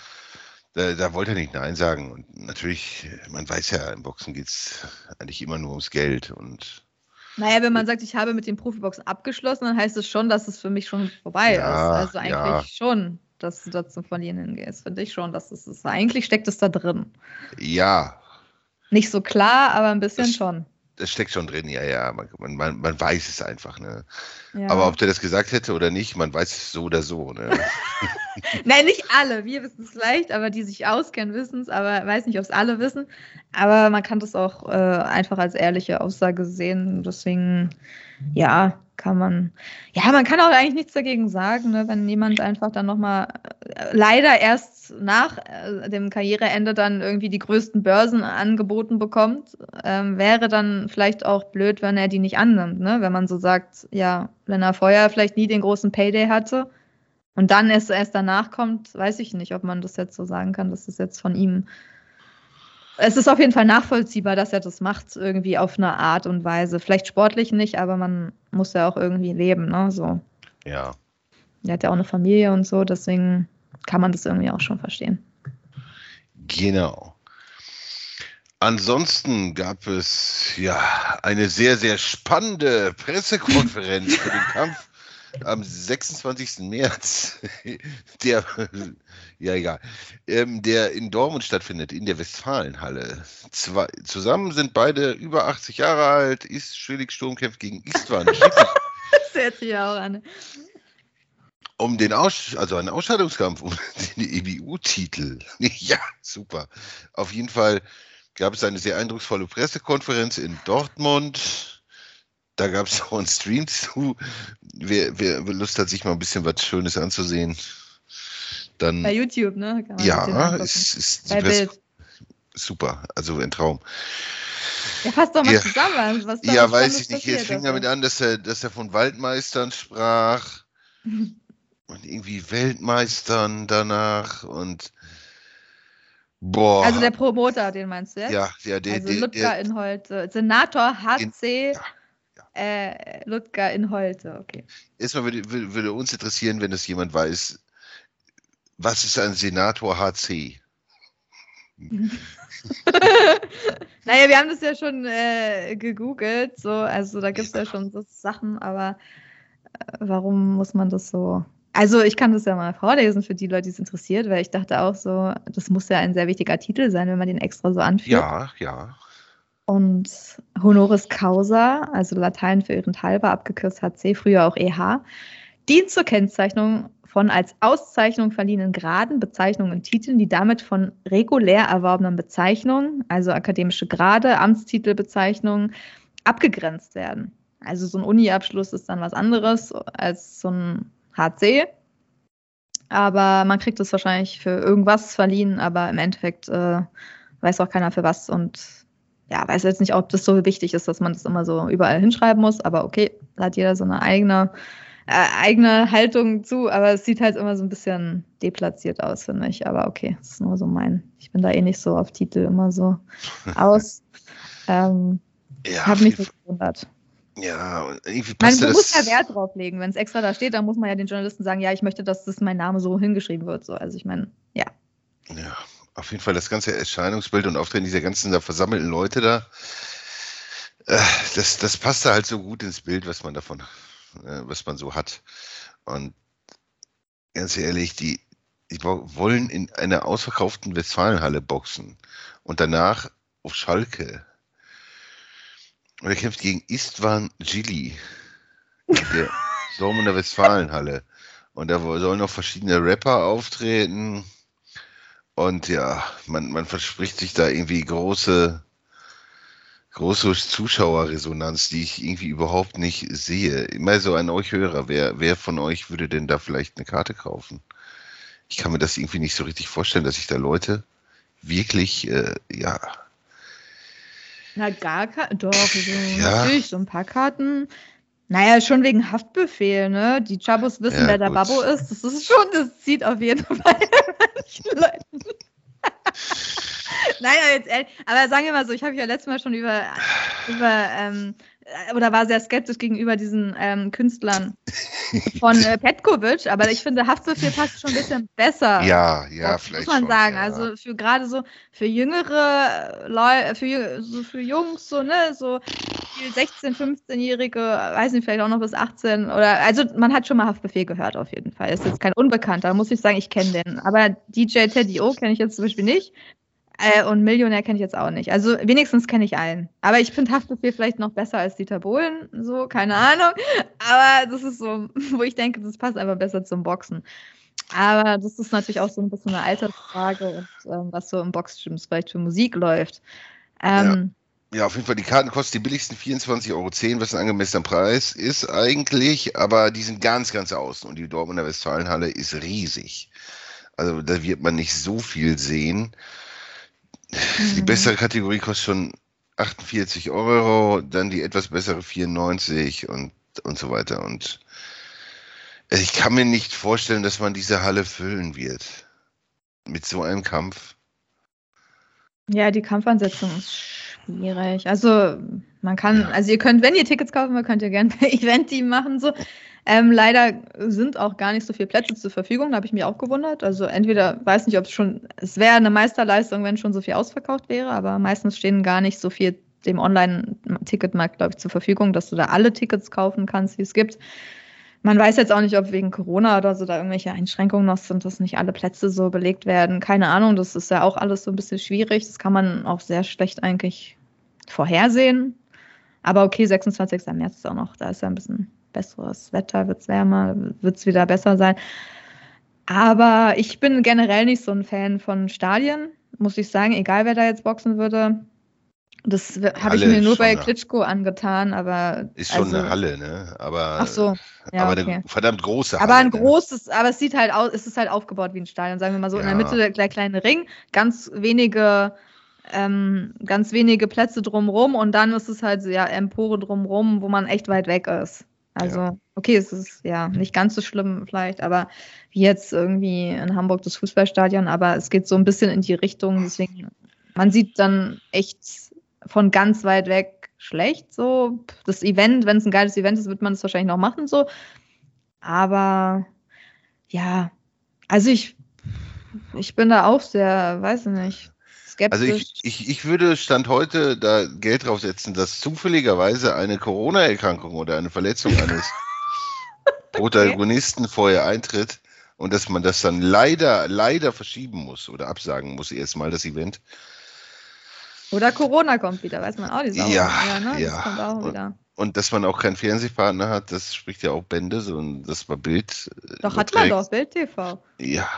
da wollte er nicht Nein sagen. Und natürlich, man weiß ja, im Boxen geht es eigentlich immer nur ums Geld. Und naja, wenn man sagt, ich habe mit dem Profiboxen abgeschlossen, dann heißt es schon, dass es für mich schon vorbei ist. Also eigentlich schon, dass du da zum Verlieren hingehst. Finde ich schon, dass es ist. Eigentlich steckt es da drin. Ja. Nicht so klar, aber ein bisschen schon. Das steckt schon drin, ja. Man weiß es einfach, ne? Ja. Aber ob der das gesagt hätte oder nicht, man weiß es so oder so, ne? Nein, nicht alle. Wir wissen es vielleicht, aber die sich auskennen, wissen es. Aber ich weiß nicht, ob es alle wissen. Aber man kann das auch einfach als ehrliche Aussage sehen. Deswegen, man kann auch eigentlich nichts dagegen sagen, ne? Wenn jemand einfach dann nochmal leider erst nach dem Karriereende dann irgendwie die größten Börsen angeboten bekommt, wäre dann vielleicht auch blöd, wenn er die nicht annimmt, ne? Wenn man so sagt, ja, wenn er vorher vielleicht nie den großen Payday hatte und dann erst danach kommt, weiß ich nicht, ob man das jetzt so sagen kann, dass das jetzt von ihm... Es ist auf jeden Fall nachvollziehbar, dass er das macht, irgendwie auf eine Art und Weise. Vielleicht sportlich nicht, aber man muss ja auch irgendwie leben, ne? So. Ja. Er hat ja auch eine Familie und so, deswegen kann man das irgendwie auch schon verstehen. Genau. Ansonsten gab es eine sehr, sehr spannende Pressekonferenz für den Kampf am 26. März, der in Dortmund stattfindet, in der Westfalenhalle. Zusammen sind beide über 80 Jahre alt. Felix Sturm kämpft gegen Istvan. Das hört sich ja auch an. Um einen Ausscheidungskampf um den EBU-Titel. Ja, super. Auf jeden Fall gab es eine sehr eindrucksvolle Pressekonferenz in Dortmund. Da gab es auch einen Stream zu. Wer Lust hat, sich mal ein bisschen was Schönes anzusehen, dann... Bei YouTube, ne? Kann man ist bei Bild. Super, also ein Traum. Ja, fass doch mal zusammen. Was da weiß ich nicht. Es fing damit an, dass er von Waldmeistern sprach und irgendwie Weltmeistern danach und boah. Also der Promoter, den meinst du jetzt? Ja, Ludger Inholte, Senator HC Ludger Inholte, okay. Erstmal würde uns interessieren, wenn das jemand weiß, was ist ein Senator HC? Naja, wir haben das ja schon gegoogelt, so, also da gibt es ja schon so Sachen, aber warum muss man das so? Also ich kann das ja mal vorlesen für die Leute, die es interessiert, weil ich dachte auch so, das muss ja ein sehr wichtiger Titel sein, wenn man den extra so anführt. Ja. Und Honoris Causa, also Latein für Ehrenhalber, abgekürzt HC, früher auch EH, dient zur Kennzeichnung von als Auszeichnung verliehenen Graden, Bezeichnungen und Titeln, die damit von regulär erworbenen Bezeichnungen, also akademische Grade, Amtstitelbezeichnungen, abgegrenzt werden. Also so ein Uni-Abschluss ist dann was anderes als so ein HC. Aber man kriegt es wahrscheinlich für irgendwas verliehen, aber im Endeffekt weiß auch keiner für was und ja, weiß jetzt nicht, ob das so wichtig ist, dass man das immer so überall hinschreiben muss, aber okay, da hat jeder so eine eigene Haltung zu, aber es sieht halt immer so ein bisschen deplatziert aus, finde ich, aber okay, das ist nur so ich bin da eh nicht so auf Titel immer so aus. Hat mich nicht gewundert. Ja, und irgendwie passt man muss ja Wert drauf legen, wenn es extra da steht, dann muss man ja den Journalisten sagen, ja, ich möchte, dass das mein Name so hingeschrieben wird, so, also ich meine, ja. Ja, auf jeden Fall das ganze Erscheinungsbild und Auftreten dieser ganzen da versammelten Leute da, das passt da halt so gut ins Bild, was man davon, was man so hat. Und ganz ehrlich, die wollen in einer ausverkauften Westfalenhalle boxen und danach auf Schalke. Und er kämpft gegen Istvan Gili in der Dortmunder Westfalenhalle. Und da sollen noch verschiedene Rapper auftreten. Und ja, man verspricht sich da irgendwie große Zuschauerresonanz, die ich irgendwie überhaupt nicht sehe. Immer so an euch Hörer, wer von euch würde denn da vielleicht eine Karte kaufen? Ich kann mir das irgendwie nicht so richtig vorstellen, dass sich da Leute wirklich, Na, doch, natürlich, so ein paar Karten. Naja, schon wegen Haftbefehl, ne? Die Chabos wissen, wer der Babbo ist. Das zieht auf jeden Fall manchen Leuten. Naja, jetzt ehrlich, aber sagen wir mal so, ich habe ja letztes Mal schon oder war sehr skeptisch gegenüber diesen Künstlern von Petkovic, aber ich finde, Haftbefehl passt schon ein bisschen besser. Ja, das vielleicht muss man schon, sagen. ja. Also für gerade so für jüngere Leute, für Jungs, so, ne, so 16-, 15-Jährige, weiß nicht, vielleicht auch noch bis 18 oder, also man hat schon mal Haftbefehl gehört auf jeden Fall. Ist jetzt kein Unbekannter, muss ich sagen, ich kenne den. Aber DJ Teddy O kenne ich jetzt zum Beispiel nicht. Und Millionär kenne ich jetzt auch nicht. Also wenigstens kenne ich einen. Aber ich finde Haftbefehl vielleicht noch besser als Dieter Bohlen. So, keine Ahnung. Aber das ist so, wo ich denke, das passt einfach besser zum Boxen. Aber das ist natürlich auch so ein bisschen eine Altersfrage und was so im Boxgyms vielleicht für Musik läuft. Ja, auf jeden Fall, die Karten kosten die billigsten 24,10 €, was ein angemessener Preis ist eigentlich, aber die sind ganz, ganz außen und die Dortmunder Westfalenhalle ist riesig. Also da wird man nicht so viel sehen. Die bessere Kategorie kostet schon 48 €, dann die etwas bessere 94 und so weiter. Und ich kann mir nicht vorstellen, dass man diese Halle füllen wird mit so einem Kampf. Ja, die Kampfansetzung ist schwierig. Also man kann, also ihr könnt, wenn ihr Tickets kaufen wollt, könnt ihr gerne per Event-Team machen. So. Leider sind auch gar nicht so viele Plätze zur Verfügung, da habe ich mich auch gewundert. Also entweder, weiß nicht, ob es wäre eine Meisterleistung, wenn schon so viel ausverkauft wäre, aber meistens stehen gar nicht so viel dem Online-Ticketmarkt, glaube ich, zur Verfügung, dass du da alle Tickets kaufen kannst, die es gibt. Man weiß jetzt auch nicht, ob wegen Corona oder so da irgendwelche Einschränkungen noch sind, dass nicht alle Plätze so belegt werden. Keine Ahnung, das ist ja auch alles so ein bisschen schwierig. Das kann man auch sehr schlecht eigentlich vorhersehen. Aber okay, 26. März ist auch noch, da ist ja ein bisschen besseres Wetter, wird es wärmer, wird es wieder besser sein. Aber ich bin generell nicht so ein Fan von Stadien, muss ich sagen, egal wer da jetzt boxen würde. Das habe ich mir nur bei Klitschko angetan, aber. Ist schon eine Halle, ne? Aber, ach so, ja, aber okay. Eine verdammt große Halle. Aber ein großes, aber es sieht halt aus, es ist halt aufgebaut wie ein Stadion, sagen wir mal so. Ja. In der Mitte der kleine Ring, ganz wenige Plätze drumrum und dann ist es halt so, ja, Empore drumrum, wo man echt weit weg ist. Also, okay, es ist ja nicht ganz so schlimm vielleicht, aber wie jetzt irgendwie in Hamburg das Fußballstadion, aber es geht so ein bisschen in die Richtung, deswegen, man sieht dann echt von ganz weit weg schlecht so. Das Event, wenn es ein geiles Event ist, wird man das wahrscheinlich noch machen so. Aber ja, also ich bin da auch sehr, weiß ich nicht. Also skeptisch. ich würde Stand heute da Geld drauf setzen, dass zufälligerweise eine Corona-Erkrankung oder eine Verletzung eines Protagonisten vorher eintritt und dass man das dann leider verschieben muss oder absagen muss erstmal das Event. Oder Corona kommt wieder, weiß man auch nicht. Ja, Ne? ja. Das kommt auch wieder. Und dass man auch keinen Fernsehpartner hat, das spricht ja auch Bände, sondern dass man Bild Doch, hat man überträgt. doch, Bild TV. Ja.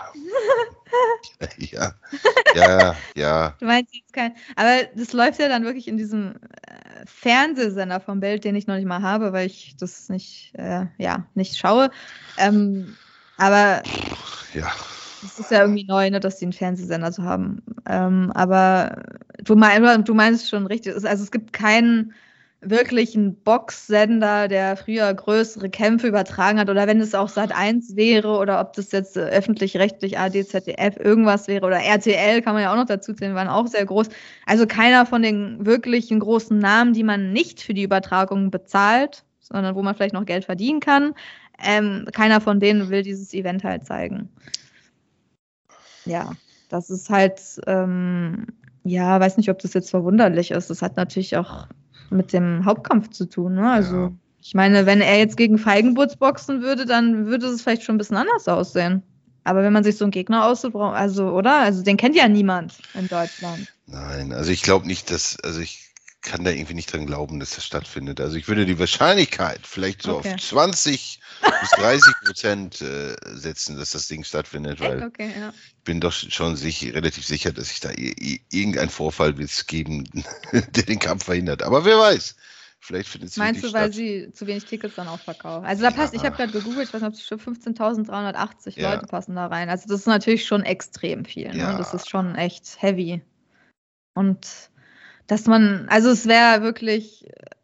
Ja. Du meinst jetzt kein. Aber das läuft ja dann wirklich in diesem Fernsehsender vom Bild, den ich noch nicht mal habe, weil ich das nicht schaue. Aber Ja. es ist ja irgendwie neu, ne, dass die einen Fernsehsender so haben. Aber du meinst schon richtig. Also es gibt keinen wirklichen Boxsender, der früher größere Kämpfe übertragen hat, oder wenn es auch Sat.1 wäre oder ob das jetzt öffentlich-rechtlich ARD, ZDF irgendwas wäre oder RTL, kann man ja auch noch dazu zählen, waren auch sehr groß. Also keiner von den wirklichen großen Namen, die man nicht für die Übertragung bezahlt, sondern wo man vielleicht noch Geld verdienen kann, keiner von denen will dieses Event halt zeigen. Ja, das ist halt, weiß nicht, ob das jetzt verwunderlich ist. Das hat natürlich auch mit dem Hauptkampf zu tun. Ne? Also, ich meine, wenn er jetzt gegen Feigenbutz boxen würde, dann würde es vielleicht schon ein bisschen anders aussehen. Aber wenn man sich so einen Gegner aussucht, oder? Den kennt ja niemand in Deutschland. Nein, also ich glaube nicht, ich kann da irgendwie nicht dran glauben, dass das stattfindet. Also ich würde die Wahrscheinlichkeit vielleicht so auf 20 bis 30% setzen, dass das Ding stattfindet, weil ich bin doch schon relativ sicher, dass sich da irgendein Vorfall wird es geben, der den Kampf verhindert. Aber wer weiß, vielleicht findet es Meinst du, weil statt. sie zu wenig Tickets dann auch verkaufen? Also da passt, ich habe gerade gegoogelt, ich weiß nicht, ob es 15.380 Leute passen da rein. Also das ist natürlich schon extrem viel. Ne? Das ist schon echt heavy. Und dass es wäre wirklich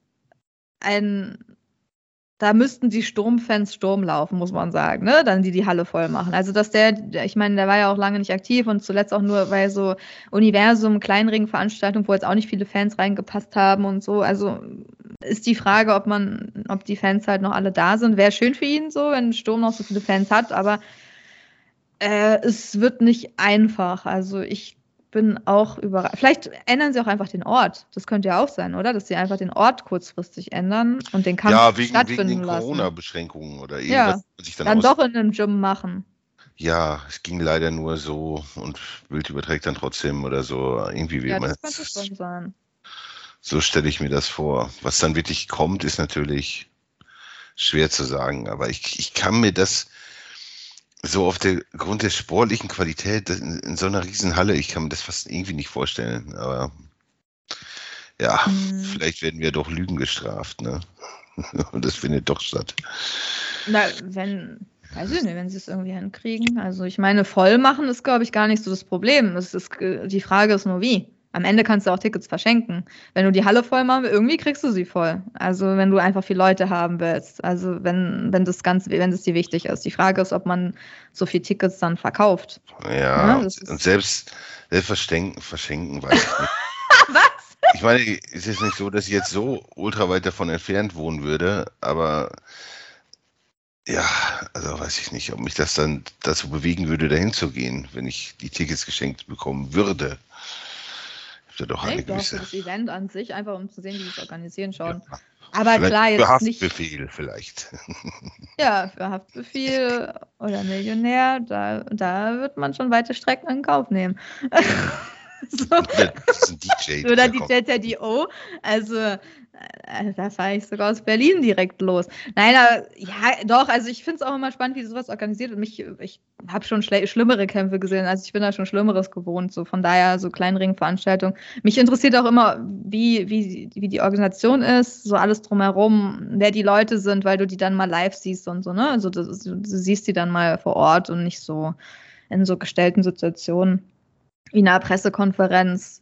da müssten die Sturmfans Sturm laufen, muss man sagen, ne? Dann die Halle voll machen. Also ich meine, der war ja auch lange nicht aktiv und zuletzt auch nur bei so Universum, Kleinring-Veranstaltungen, wo jetzt auch nicht viele Fans reingepasst haben und so. Also ist die Frage, ob die Fans halt noch alle da sind. Wäre schön für ihn so, wenn Sturm noch so viele Fans hat, aber es wird nicht einfach. Also ich bin auch überrascht. Vielleicht ändern sie auch einfach den Ort. Das könnte ja auch sein, oder? Dass sie einfach den Ort kurzfristig ändern und den Kampf stattfinden wegen den lassen. Corona-Beschränkungen oder irgendwas. Dann doch in einem Gym machen. Ja, es ging leider nur so und Bild überträgt dann trotzdem oder so. Irgendwie wie immer. Das könnte schon sein. So stelle ich mir das vor. Was dann wirklich kommt, ist natürlich schwer zu sagen. Aber ich kann mir das so aufgrund der sportlichen Qualität in so einer riesen Halle, ich kann mir das fast irgendwie nicht vorstellen. Aber ja, vielleicht werden wir doch Lügen gestraft, ne? Und das findet doch statt. Weiß ich nicht, wenn sie es irgendwie hinkriegen. Also ich meine, voll machen ist, glaube ich, gar nicht so das Problem. Die Frage ist nur wie. Am Ende kannst du auch Tickets verschenken. Wenn du die Halle voll machst, irgendwie kriegst du sie voll. Also wenn du einfach viele Leute haben willst. Also wenn das dir wichtig ist. Die Frage ist, ob man so viele Tickets dann verkauft. Ja, und selbst verschenken, weiß ich nicht. Was? Ich meine, es ist nicht so, dass ich jetzt so ultra weit davon entfernt wohnen würde, aber ja, also weiß ich nicht, ob mich das dann dazu bewegen würde, dahin zu gehen, wenn ich die Tickets geschenkt bekommen würde. Doch eine gewisse... für das Event an sich, einfach um zu sehen, wie sie es organisieren, schauen. Ja. Aber vielleicht klar, jetzt für Haftbefehl nicht... vielleicht. Ja, für Haftbefehl oder Millionär, da wird man schon weite Strecken in Kauf nehmen. Oder DJ Teddy O. Also da fahre ich sogar aus Berlin direkt los. Nein, also ich finde es auch immer spannend, wie sowas organisiert wird. Ich habe schon schlimmere Kämpfe gesehen, also ich bin da schon Schlimmeres gewohnt. So von daher so Kleinringveranstaltungen. Mich interessiert auch immer, wie die Organisation ist, so alles drumherum, wer die Leute sind, weil du die dann mal live siehst und so, ne? Also du siehst die dann mal vor Ort und nicht so in so gestellten Situationen wie einer Pressekonferenz.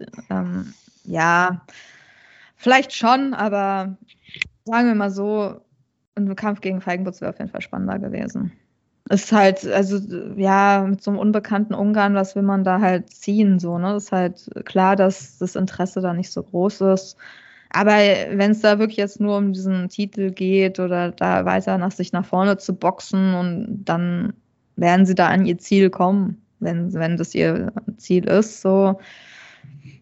Vielleicht schon, aber sagen wir mal so, ein Kampf gegen Feigenbutz wäre auf jeden Fall spannender gewesen. Ist halt, also mit so einem unbekannten Ungarn, was will man da halt ziehen, so, ne? Ist halt klar, dass das Interesse da nicht so groß ist. Aber wenn es da wirklich jetzt nur um diesen Titel geht oder da weiter nach vorne zu boxen, und dann werden sie da an ihr Ziel kommen, wenn das ihr Ziel ist, so.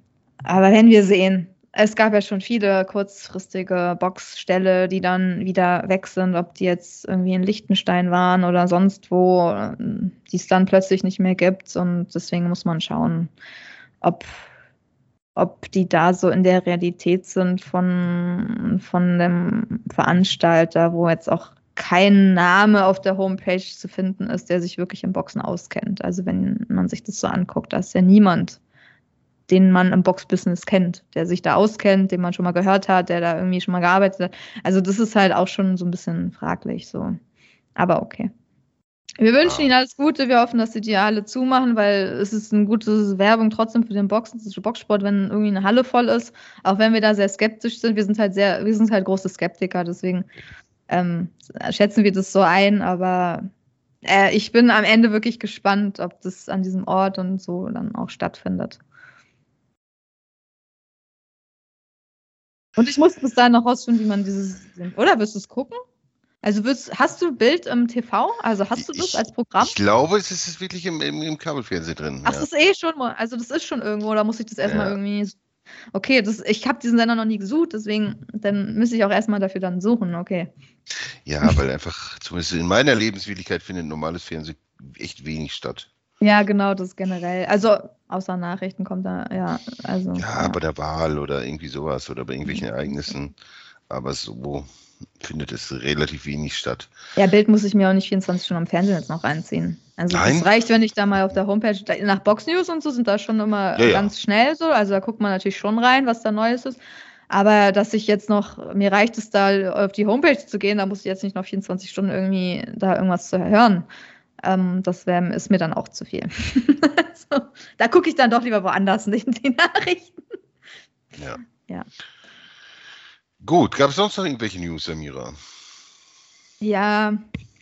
Aber werden wir sehen. Es gab ja schon viele kurzfristige Boxställe, die dann wieder weg sind, ob die jetzt irgendwie in Liechtenstein waren oder sonst wo, die es dann plötzlich nicht mehr gibt. Und deswegen muss man schauen, ob die da so in der Realität sind von dem Veranstalter, wo jetzt auch kein Name auf der Homepage zu finden ist, der sich wirklich im Boxen auskennt. Also wenn man sich das so anguckt, da ist ja niemand, den man im Boxbusiness kennt, der sich da auskennt, den man schon mal gehört hat, der da irgendwie schon mal gearbeitet hat. Also das ist halt auch schon so ein bisschen fraglich so. Aber okay. Wir wünschen Ihnen alles Gute. Wir hoffen, dass Sie die alle zumachen, weil es ist eine gute Werbung trotzdem für den Boxsport, wenn irgendwie eine Halle voll ist. Auch wenn wir da sehr skeptisch sind. Wir sind halt große Skeptiker, deswegen schätzen wir das so ein. Aber ich bin am Ende wirklich gespannt, ob das an diesem Ort und so dann auch stattfindet. Und ich muss bis dahin noch rausfinden, wie man oder wirst du es gucken? Also hast du Bild im TV? Also hast du das als Programm? Ich glaube, es ist wirklich im Kabelfernsehen drin. Ach, das ist schon, also das ist schon irgendwo, da muss ich das erstmal irgendwie. Okay, ich habe diesen Sender noch nie gesucht, deswegen dann müsste ich auch erstmal dafür dann suchen, okay. Ja, weil einfach, zumindest in meiner Lebenswirklichkeit findet normales Fernsehen echt wenig statt. Ja, genau, das generell. Also außer Nachrichten kommt da, ja, also. Ja, bei der Wahl oder irgendwie sowas oder bei irgendwelchen Ereignissen. Aber so findet es relativ wenig statt. Ja, Bild muss ich mir auch nicht 24 Stunden am Fernsehen jetzt noch reinziehen. Also das reicht, wenn ich da mal auf der Homepage, nach Box News und so sind da schon immer ganz schnell so. Also da guckt man natürlich schon rein, was da Neues ist. Aber dass ich jetzt noch, mir reicht es da auf die Homepage zu gehen, da muss ich jetzt nicht noch 24 Stunden irgendwie da irgendwas zu hören. Das ist mir dann auch zu viel. So, da gucke ich dann doch lieber woanders, nicht in die Nachrichten. Ja. Gut, gab es sonst noch irgendwelche News, Samira? Ja,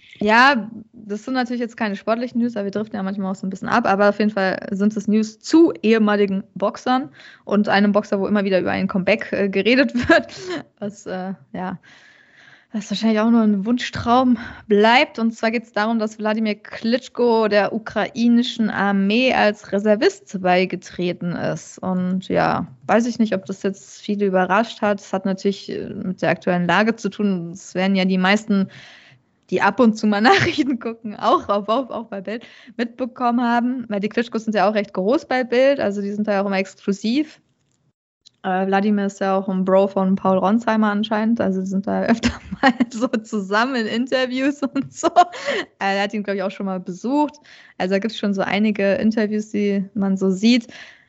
das sind natürlich jetzt keine sportlichen News, aber wir driften ja manchmal auch so ein bisschen ab. Aber auf jeden Fall sind es News zu ehemaligen Boxern und einem Boxer, wo immer wieder über ein Comeback geredet wird, was wahrscheinlich auch nur ein Wunschtraum bleibt. Und zwar geht es darum, dass Wladimir Klitschko der ukrainischen Armee als Reservist beigetreten ist. Und ja, weiß ich nicht, ob das jetzt viele überrascht hat. Es hat natürlich mit der aktuellen Lage zu tun. Es werden ja die meisten, die ab und zu mal Nachrichten gucken, auch bei Bild, mitbekommen haben. Weil die Klitschkos sind ja auch recht groß bei Bild. Also die sind da ja auch immer exklusiv. Wladimir ist ja auch ein Bro von Paul Ronsheimer anscheinend, also sind da öfter mal so zusammen in Interviews und so. Er hat ihn, glaube ich, auch schon mal besucht. Also da gibt es schon so einige Interviews, die man so sieht.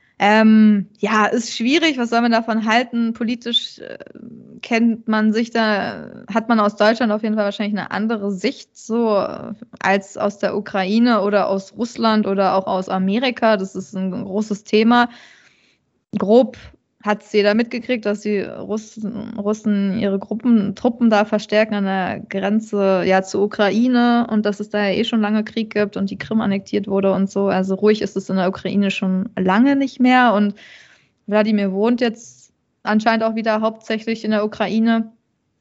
Ist schwierig, was soll man davon halten? Politisch kennt man sich da, hat man aus Deutschland auf jeden Fall wahrscheinlich eine andere Sicht so als aus der Ukraine oder aus Russland oder auch aus Amerika. Das ist ein großes Thema. Grob hat es jeder mitgekriegt, dass die Russen ihre Truppen da verstärken an der Grenze zur Ukraine und dass es da ja schon lange Krieg gibt und die Krim annektiert wurde und so. Also ruhig ist es in der Ukraine schon lange nicht mehr und Wladimir wohnt jetzt anscheinend auch wieder hauptsächlich in der Ukraine,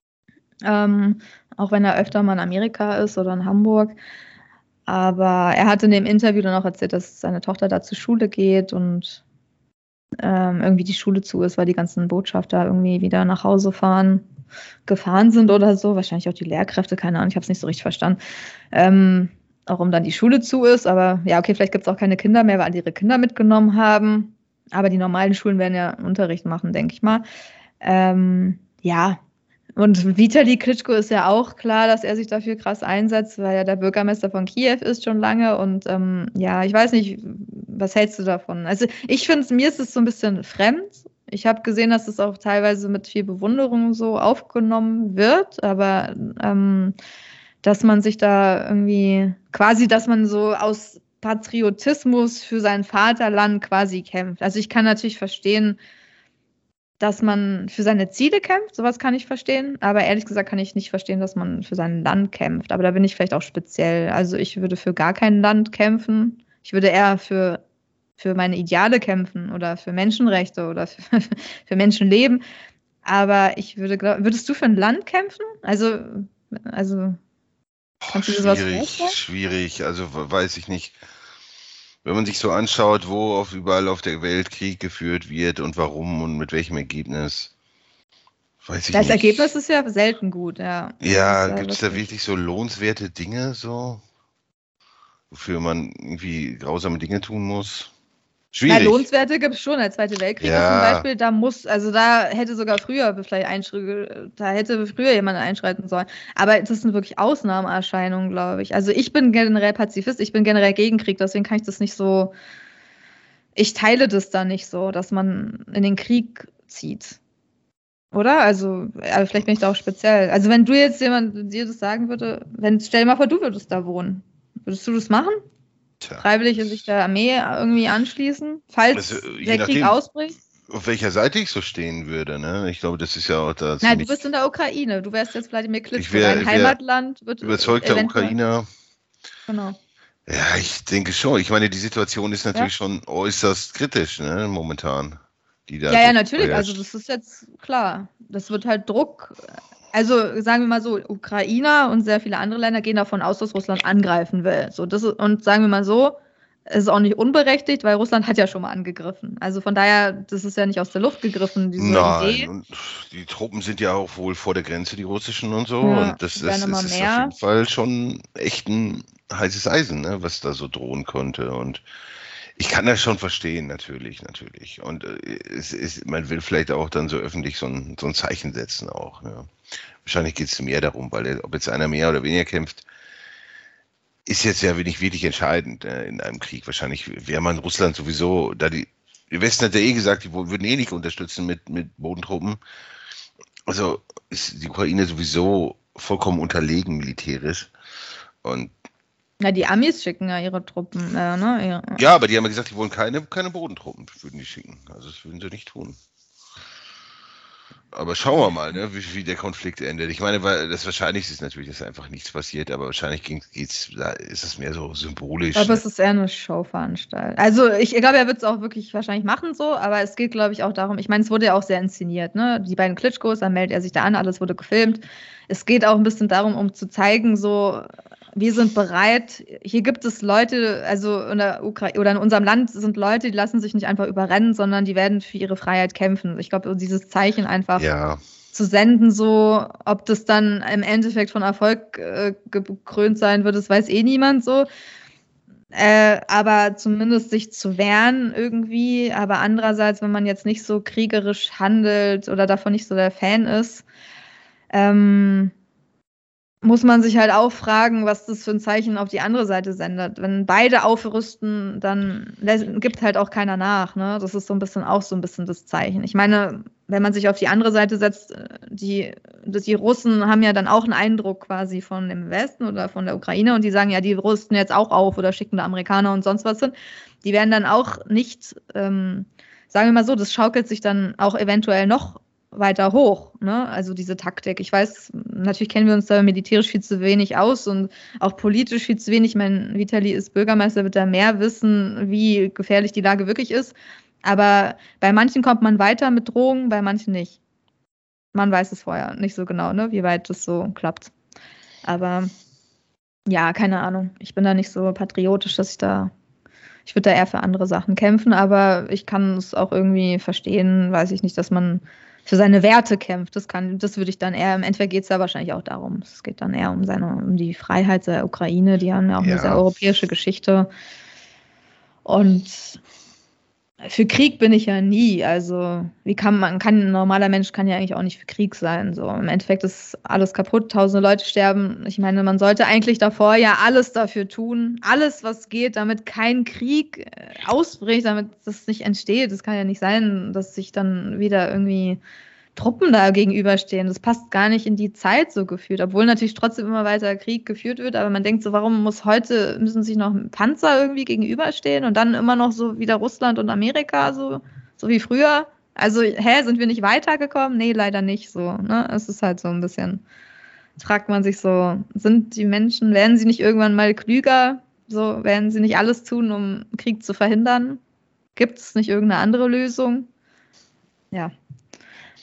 auch wenn er öfter mal in Amerika ist oder in Hamburg. Aber er hat in dem Interview dann auch erzählt, dass seine Tochter da zur Schule geht und irgendwie die Schule zu ist, weil die ganzen Botschafter irgendwie wieder nach Hause gefahren sind oder so. Wahrscheinlich auch die Lehrkräfte, keine Ahnung, ich habe es nicht so richtig verstanden. Warum dann die Schule zu ist, aber ja, okay, vielleicht gibt es auch keine Kinder mehr, weil alle ihre Kinder mitgenommen haben. Aber die normalen Schulen werden ja Unterricht machen, denke ich mal. Und Vitali Klitschko ist ja auch klar, dass er sich dafür krass einsetzt, weil er der Bürgermeister von Kiew ist schon lange. Und ich weiß nicht, was hältst du davon? Also ich finde, mir ist es so ein bisschen fremd. Ich habe gesehen, dass es auch teilweise mit viel Bewunderung so aufgenommen wird, aber dass man sich da irgendwie quasi, dass man so aus Patriotismus für sein Vaterland quasi kämpft. Also ich kann natürlich verstehen, dass man für seine Ziele kämpft, sowas kann ich verstehen, aber ehrlich gesagt kann ich nicht verstehen, dass man für sein Land kämpft, aber da bin ich vielleicht auch speziell, also ich würde für gar kein Land kämpfen, ich würde eher für meine Ideale kämpfen oder für Menschenrechte oder für Menschenleben, aber würdest du für ein Land kämpfen? Also kannst du dir sowas vorstellen? Schwierig, also weiß ich nicht. wenn man sich so anschaut, wo überall auf der Welt Krieg geführt wird und warum und mit welchem Ergebnis, weiß ich Das nicht. Ergebnis ist ja selten gut, ja. Ja, Das ist gibt es da wirklich so lohnenswerte Dinge, so, wofür man irgendwie grausame Dinge tun muss? Na, Schwierig. lohnenswerte gibt es schon. Der Zweite Weltkrieg ist zum Ja. Beispiel, da hätte sogar früher vielleicht da hätte früher jemand einschreiten sollen. Aber das sind wirklich Ausnahmeerscheinungen, glaube ich. Also ich bin generell Pazifist, ich bin generell gegen Krieg, deswegen kann ich das nicht so, ich teile das da nicht so, dass man in den Krieg zieht. Oder? Also, aber vielleicht bin ich da auch speziell. Also wenn du jetzt jemand dir das sagen würde, stell dir mal vor, du würdest da wohnen. Würdest du das machen? Tja. Freiwillig sich der Armee irgendwie anschließen, falls Also, je der Krieg nachdem, ausbricht? auf welcher Seite ich so stehen würde, ne? Ich glaube, das ist ja auch da Nein, du ziemlich bist in der Ukraine. Du wärst jetzt Wladimir Klitschko. Ich wär- Dein Heimatland wird überzeugter eventuell. Ukrainer. Genau. Ja, ich denke schon. Ich meine, die Situation ist natürlich schon äußerst kritisch, ne, momentan. Ja, natürlich. Also das ist jetzt klar. Das wird halt Druck. Also sagen wir mal so, Ukrainer und sehr viele andere Länder gehen davon aus, dass Russland angreifen will. Und sagen wir mal so, es ist auch nicht unberechtigt, weil Russland hat ja schon mal angegriffen. Also von daher, das ist ja nicht aus der Luft gegriffen, diese Idee. Und die Truppen sind ja auch wohl vor der Grenze, die russischen und so. Ja, und das ist werden immer auf mehr. jeden Fall schon echt ein heißes Eisen, ne, was da so drohen könnte. Und ich kann das schon verstehen, natürlich. Und man will vielleicht auch dann so öffentlich so ein Zeichen setzen auch. Ja. Wahrscheinlich geht es mehr darum, weil ob jetzt einer mehr oder weniger kämpft, ist jetzt ja nicht wirklich entscheidend in einem Krieg. Wahrscheinlich wäre man Russland sowieso, die Westen hat ja gesagt, die würden nicht unterstützen mit Bodentruppen. Also ist die Ukraine sowieso vollkommen unterlegen militärisch. Und Na, die Amis schicken ja ihre Truppen, ne? Ja, aber die haben ja gesagt, die wollen keine Bodentruppen, würden die schicken. Also das würden sie nicht tun. Aber schauen wir mal, ne, wie der Konflikt endet. Ich meine, weil das Wahrscheinlichste ist natürlich, dass einfach nichts passiert, aber wahrscheinlich ist es mehr so symbolisch. Ich glaube, es ist eher eine Showveranstaltung. Also ich glaube, er wird es auch wirklich wahrscheinlich machen so, aber es geht, glaube ich, auch darum, ich meine, es wurde ja auch sehr inszeniert, ne? Die beiden Klitschkos, dann meldet er sich da an, alles wurde gefilmt. Es geht auch ein bisschen darum, um zu zeigen, so, wir sind bereit, hier gibt es Leute, also in der Ukraine oder in unserem Land sind Leute, die lassen sich nicht einfach überrennen, sondern die werden für ihre Freiheit kämpfen. Ich glaube, dieses Zeichen einfach zu senden, so, ob das dann im Endeffekt von Erfolg gekrönt sein wird, das weiß eh niemand so. Aber zumindest sich zu wehren irgendwie, aber andererseits, wenn man jetzt nicht so kriegerisch handelt oder davon nicht so der Fan ist, muss man sich halt auch fragen, was das für ein Zeichen auf die andere Seite sendet. Wenn beide aufrüsten, dann gibt halt auch keiner nach. Ne? Das ist so ein bisschen das Zeichen. Ich meine, wenn man sich auf die andere Seite setzt, die Russen haben ja dann auch einen Eindruck quasi von dem Westen oder von der Ukraine und die sagen, ja, die rüsten jetzt auch auf oder schicken da Amerikaner und sonst was hin. Die werden dann auch nicht, sagen wir mal so, das schaukelt sich dann auch eventuell noch weiter hoch, ne? Also diese Taktik. Ich weiß, natürlich kennen wir uns da militärisch viel zu wenig aus und auch politisch viel zu wenig. Ich meine, Vitali ist Bürgermeister, wird da mehr wissen, wie gefährlich die Lage wirklich ist. Aber bei manchen kommt man weiter mit Drohungen, bei manchen nicht. Man weiß es vorher nicht so genau, ne? Wie weit das so klappt. Aber ja, keine Ahnung. Ich bin da nicht so patriotisch, ich würde da eher für andere Sachen kämpfen, aber ich kann es auch irgendwie verstehen, weiß ich nicht, dass man für seine Werte kämpft. Das würde ich dann eher, im Endeffekt geht es ja wahrscheinlich auch darum. Es geht dann eher um die Freiheit der Ukraine, die haben ja auch eine sehr europäische Geschichte. Und für Krieg bin ich ja nie. Also ein normaler Mensch kann ja eigentlich auch nicht für Krieg sein. So im Endeffekt ist alles kaputt, tausende Leute sterben. Ich meine, man sollte eigentlich davor ja alles dafür tun, alles was geht, damit kein Krieg ausbricht, damit das nicht entsteht. Es kann ja nicht sein, dass sich dann wieder irgendwie Truppen da gegenüberstehen. Das passt gar nicht in die Zeit so gefühlt, obwohl natürlich trotzdem immer weiter Krieg geführt wird, aber man denkt so, warum müssen sich noch Panzer irgendwie gegenüberstehen und dann immer noch so wieder Russland und Amerika, so wie früher? Also, sind wir nicht weitergekommen? Nee, leider nicht so, ne? Es ist halt so ein bisschen, fragt man sich so, werden sie nicht irgendwann mal klüger? So, werden sie nicht alles tun, um Krieg zu verhindern? Gibt es nicht irgendeine andere Lösung? Ja.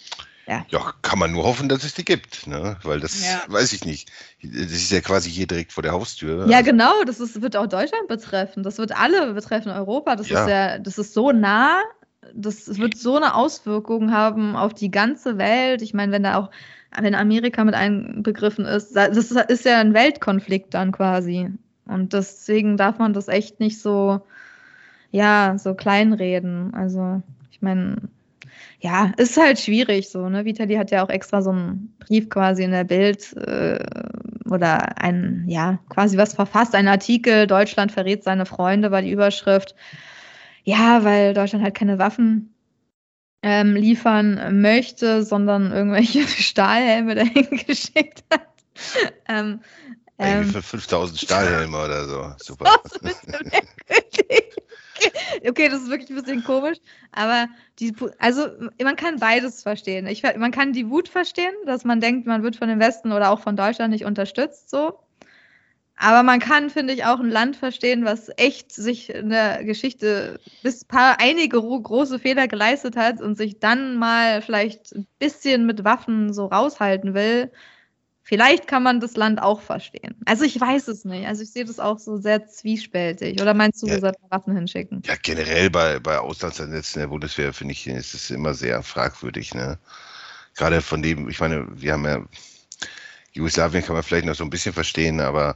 Ja. Ja, kann man nur hoffen, dass es die gibt, ne? Weil das weiß ich nicht. Das ist ja quasi hier direkt vor der Haustür. Ja, Also, genau, wird auch Deutschland betreffen. Das wird alle betreffen, Europa. Das ist so nah, das wird so eine Auswirkung haben auf die ganze Welt. Ich meine, wenn Amerika mit einbegriffen ist, das ist ja ein Weltkonflikt dann quasi. Und deswegen darf man das echt nicht so kleinreden. Also, ich meine, ja, ist halt schwierig so, ne? Vitali hat ja auch extra so einen Brief quasi in der Bild oder quasi was verfasst, einen Artikel, Deutschland verrät seine Freunde, war die Überschrift. Ja, weil Deutschland halt keine Waffen liefern möchte, sondern irgendwelche Stahlhelme dahin geschickt hat. für 5000 Stahlhelme oder so. Super. Das ist ein bisschen merkwürdig. Okay, das ist wirklich ein bisschen komisch, aber man kann beides verstehen. Man kann die Wut verstehen, dass man denkt, man wird von dem Westen oder auch von Deutschland nicht unterstützt, so. Aber man kann, finde ich, auch ein Land verstehen, was echt sich in der Geschichte einige große Fehler geleistet hat und sich dann mal vielleicht ein bisschen mit Waffen so raushalten will. Vielleicht kann man das Land auch verstehen. Also ich weiß es nicht. Also ich sehe das auch so sehr zwiespältig. Oder meinst du, wir sollten Waffen hinschicken? Ja, generell bei Auslandseinsätzen der Bundeswehr, finde ich, ist es immer sehr fragwürdig, ne? Gerade von dem, ich meine, wir haben ja, Jugoslawien kann man vielleicht noch so ein bisschen verstehen, aber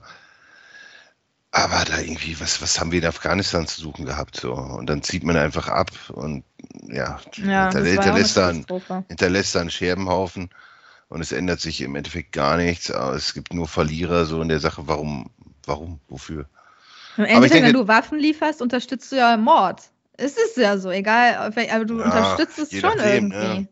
da irgendwie, was haben wir in Afghanistan zu suchen gehabt, so? Und dann zieht man einfach ab und hinterlässt da einen Scherbenhaufen. Und es ändert sich im Endeffekt gar nichts. Aber es gibt nur Verlierer so in der Sache. Warum? Wofür? Im Endeffekt, wenn du Waffen lieferst, unterstützt du ja Mord. Es ist ja so, egal. Aber du unterstützt es schon irgendwie. Ne?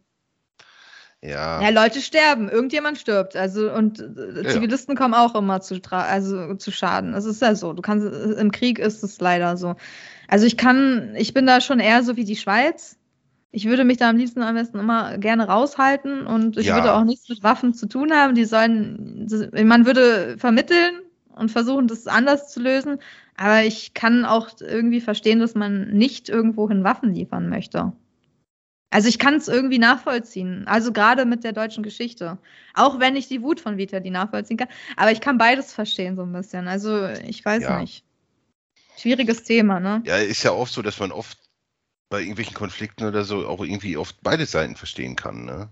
Ja, Leute sterben. Irgendjemand stirbt. Also, und Zivilisten kommen auch immer zu Schaden. Es ist ja so. Im Krieg ist es leider so. Also ich bin da schon eher so wie die Schweiz. Ich würde mich da am besten immer gerne raushalten und ich würde auch nichts mit Waffen zu tun haben. Man würde vermitteln und versuchen, das anders zu lösen. Aber ich kann auch irgendwie verstehen, dass man nicht irgendwohin Waffen liefern möchte. Also ich kann es irgendwie nachvollziehen. Also gerade mit der deutschen Geschichte. Auch wenn ich die Wut von Vitali nachvollziehen kann. Aber ich kann beides verstehen so ein bisschen. Also ich weiß nicht. Schwieriges Thema, ne? Ja, ist ja oft so, dass man oft bei irgendwelchen Konflikten oder so auch irgendwie oft beide Seiten verstehen kann, ne?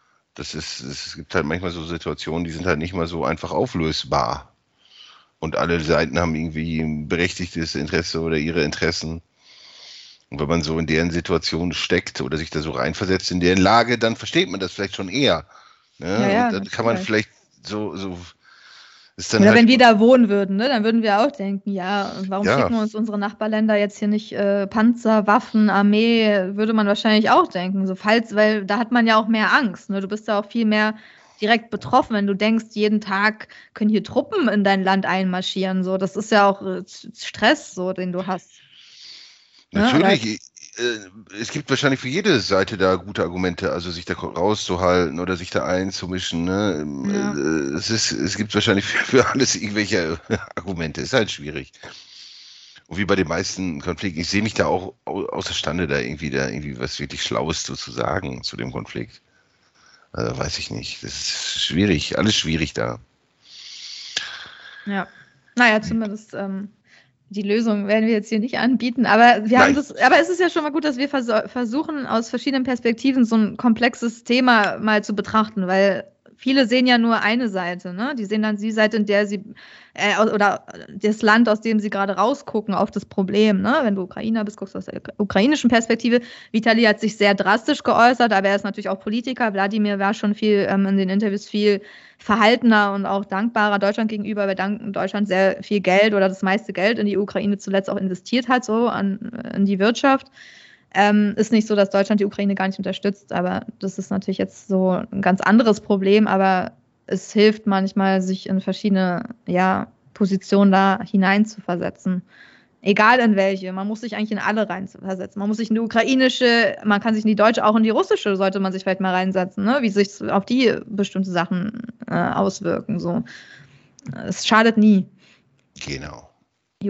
Es gibt halt manchmal so Situationen, die sind halt nicht mal so einfach auflösbar. Und alle Seiten haben irgendwie ein berechtigtes Interesse oder ihre Interessen. Und wenn man so in deren Situation steckt oder sich da so reinversetzt in deren Lage, dann versteht man das vielleicht schon eher. Ne? Ja, und dann kann man vielleicht so ist dann oder halt, wenn wir da wohnen würden, ne, dann würden wir auch denken, warum schicken uns unsere Nachbarländer jetzt hier nicht Panzer, Waffen, Armee, würde man wahrscheinlich auch denken. Weil da hat man ja auch mehr Angst. Ne? Du bist ja auch viel mehr direkt betroffen, wenn du denkst, jeden Tag können hier Truppen in dein Land einmarschieren. So, das ist ja auch Stress, so, den du hast. Natürlich. Ne? Es gibt wahrscheinlich für jede Seite da gute Argumente, also sich da rauszuhalten oder sich da einzumischen. Ne? Ja. Es gibt wahrscheinlich für alles irgendwelche Argumente. Ist halt schwierig. Und wie bei den meisten Konflikten, ich sehe mich da auch außerstande, da irgendwie was wirklich Schlaues zu sagen zu dem Konflikt. Also weiß ich nicht. Das ist schwierig, alles schwierig da. Ja, naja, zumindest die Lösung werden wir jetzt hier nicht anbieten, aber aber es ist ja schon mal gut, dass wir versuchen, aus verschiedenen Perspektiven so ein komplexes Thema mal zu betrachten, weil viele sehen ja nur eine Seite, ne? Die sehen dann die Seite, in der sie oder das Land, aus dem sie gerade rausgucken auf das Problem, ne? Wenn du Ukrainer bist, guckst du aus der ukrainischen Perspektive. Vitali hat sich sehr drastisch geäußert, aber er ist natürlich auch Politiker. Wladimir war schon viel in den Interviews viel verhaltener und auch dankbarer Deutschland gegenüber, weil Deutschland sehr viel Geld oder das meiste Geld in die Ukraine zuletzt auch investiert hat, so in die Wirtschaft. Ist nicht so, dass Deutschland die Ukraine gar nicht unterstützt, aber das ist natürlich jetzt so ein ganz anderes Problem, aber es hilft manchmal, sich in verschiedene Positionen da hineinzuversetzen. Egal in welche, man muss sich eigentlich in alle reinversetzen. Man muss sich in die ukrainische, man kann sich in die deutsche, auch in die russische sollte man sich vielleicht mal reinsetzen, ne? Wie sich auf die bestimmte Sachen auswirken. So. Es schadet nie. Genau. Gut.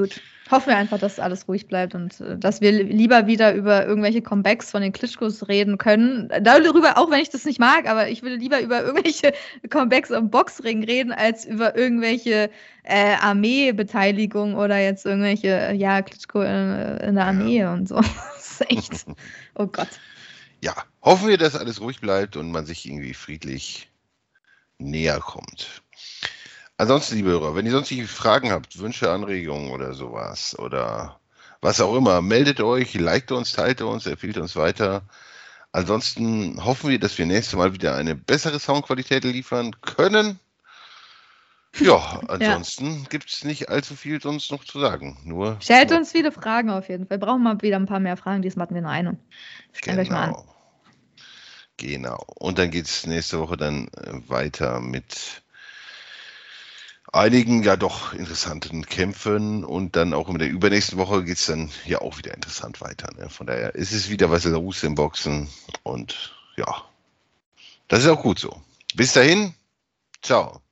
Hoffen wir einfach, dass alles ruhig bleibt und dass wir lieber wieder über irgendwelche Comebacks von den Klitschkos reden können. Darüber, auch wenn ich das nicht mag, aber ich würde lieber über irgendwelche Comebacks im Boxring reden, als über irgendwelche Armeebeteiligung oder jetzt irgendwelche, Klitschko in der Armee und so. Das ist echt, oh Gott. Ja, hoffen wir, dass alles ruhig bleibt und man sich irgendwie friedlich näher kommt. Ansonsten, liebe Hörer, wenn ihr sonstige Fragen habt, Wünsche, Anregungen oder sowas oder was auch immer, meldet euch, liked uns, teilt uns, empfiehlt uns weiter. Ansonsten hoffen wir, dass wir nächstes Mal wieder eine bessere Soundqualität liefern können. Ja, ansonsten gibt es nicht allzu viel sonst noch zu sagen. Nur stellt uns viele Fragen auf jeden Fall. Wir brauchen mal wieder ein paar mehr Fragen. Diesmal hatten wir nur eine. Stellt euch mal an. Genau. Und dann geht es nächste Woche dann weiter mit einigen ja doch interessanten Kämpfen und dann auch in der übernächsten Woche geht es dann ja auch wieder interessant weiter. Ne? Von daher ist es wieder was los im Boxen und ja, das ist auch gut so. Bis dahin, ciao.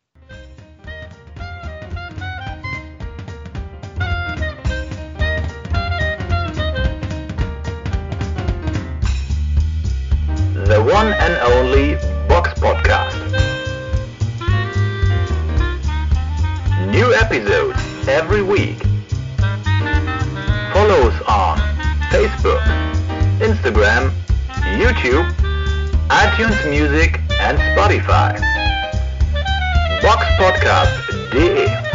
The one and only Box Podcast. New episodes every week. Follow us on Facebook, Instagram, YouTube, iTunes Music and Spotify. Boxpodcast.de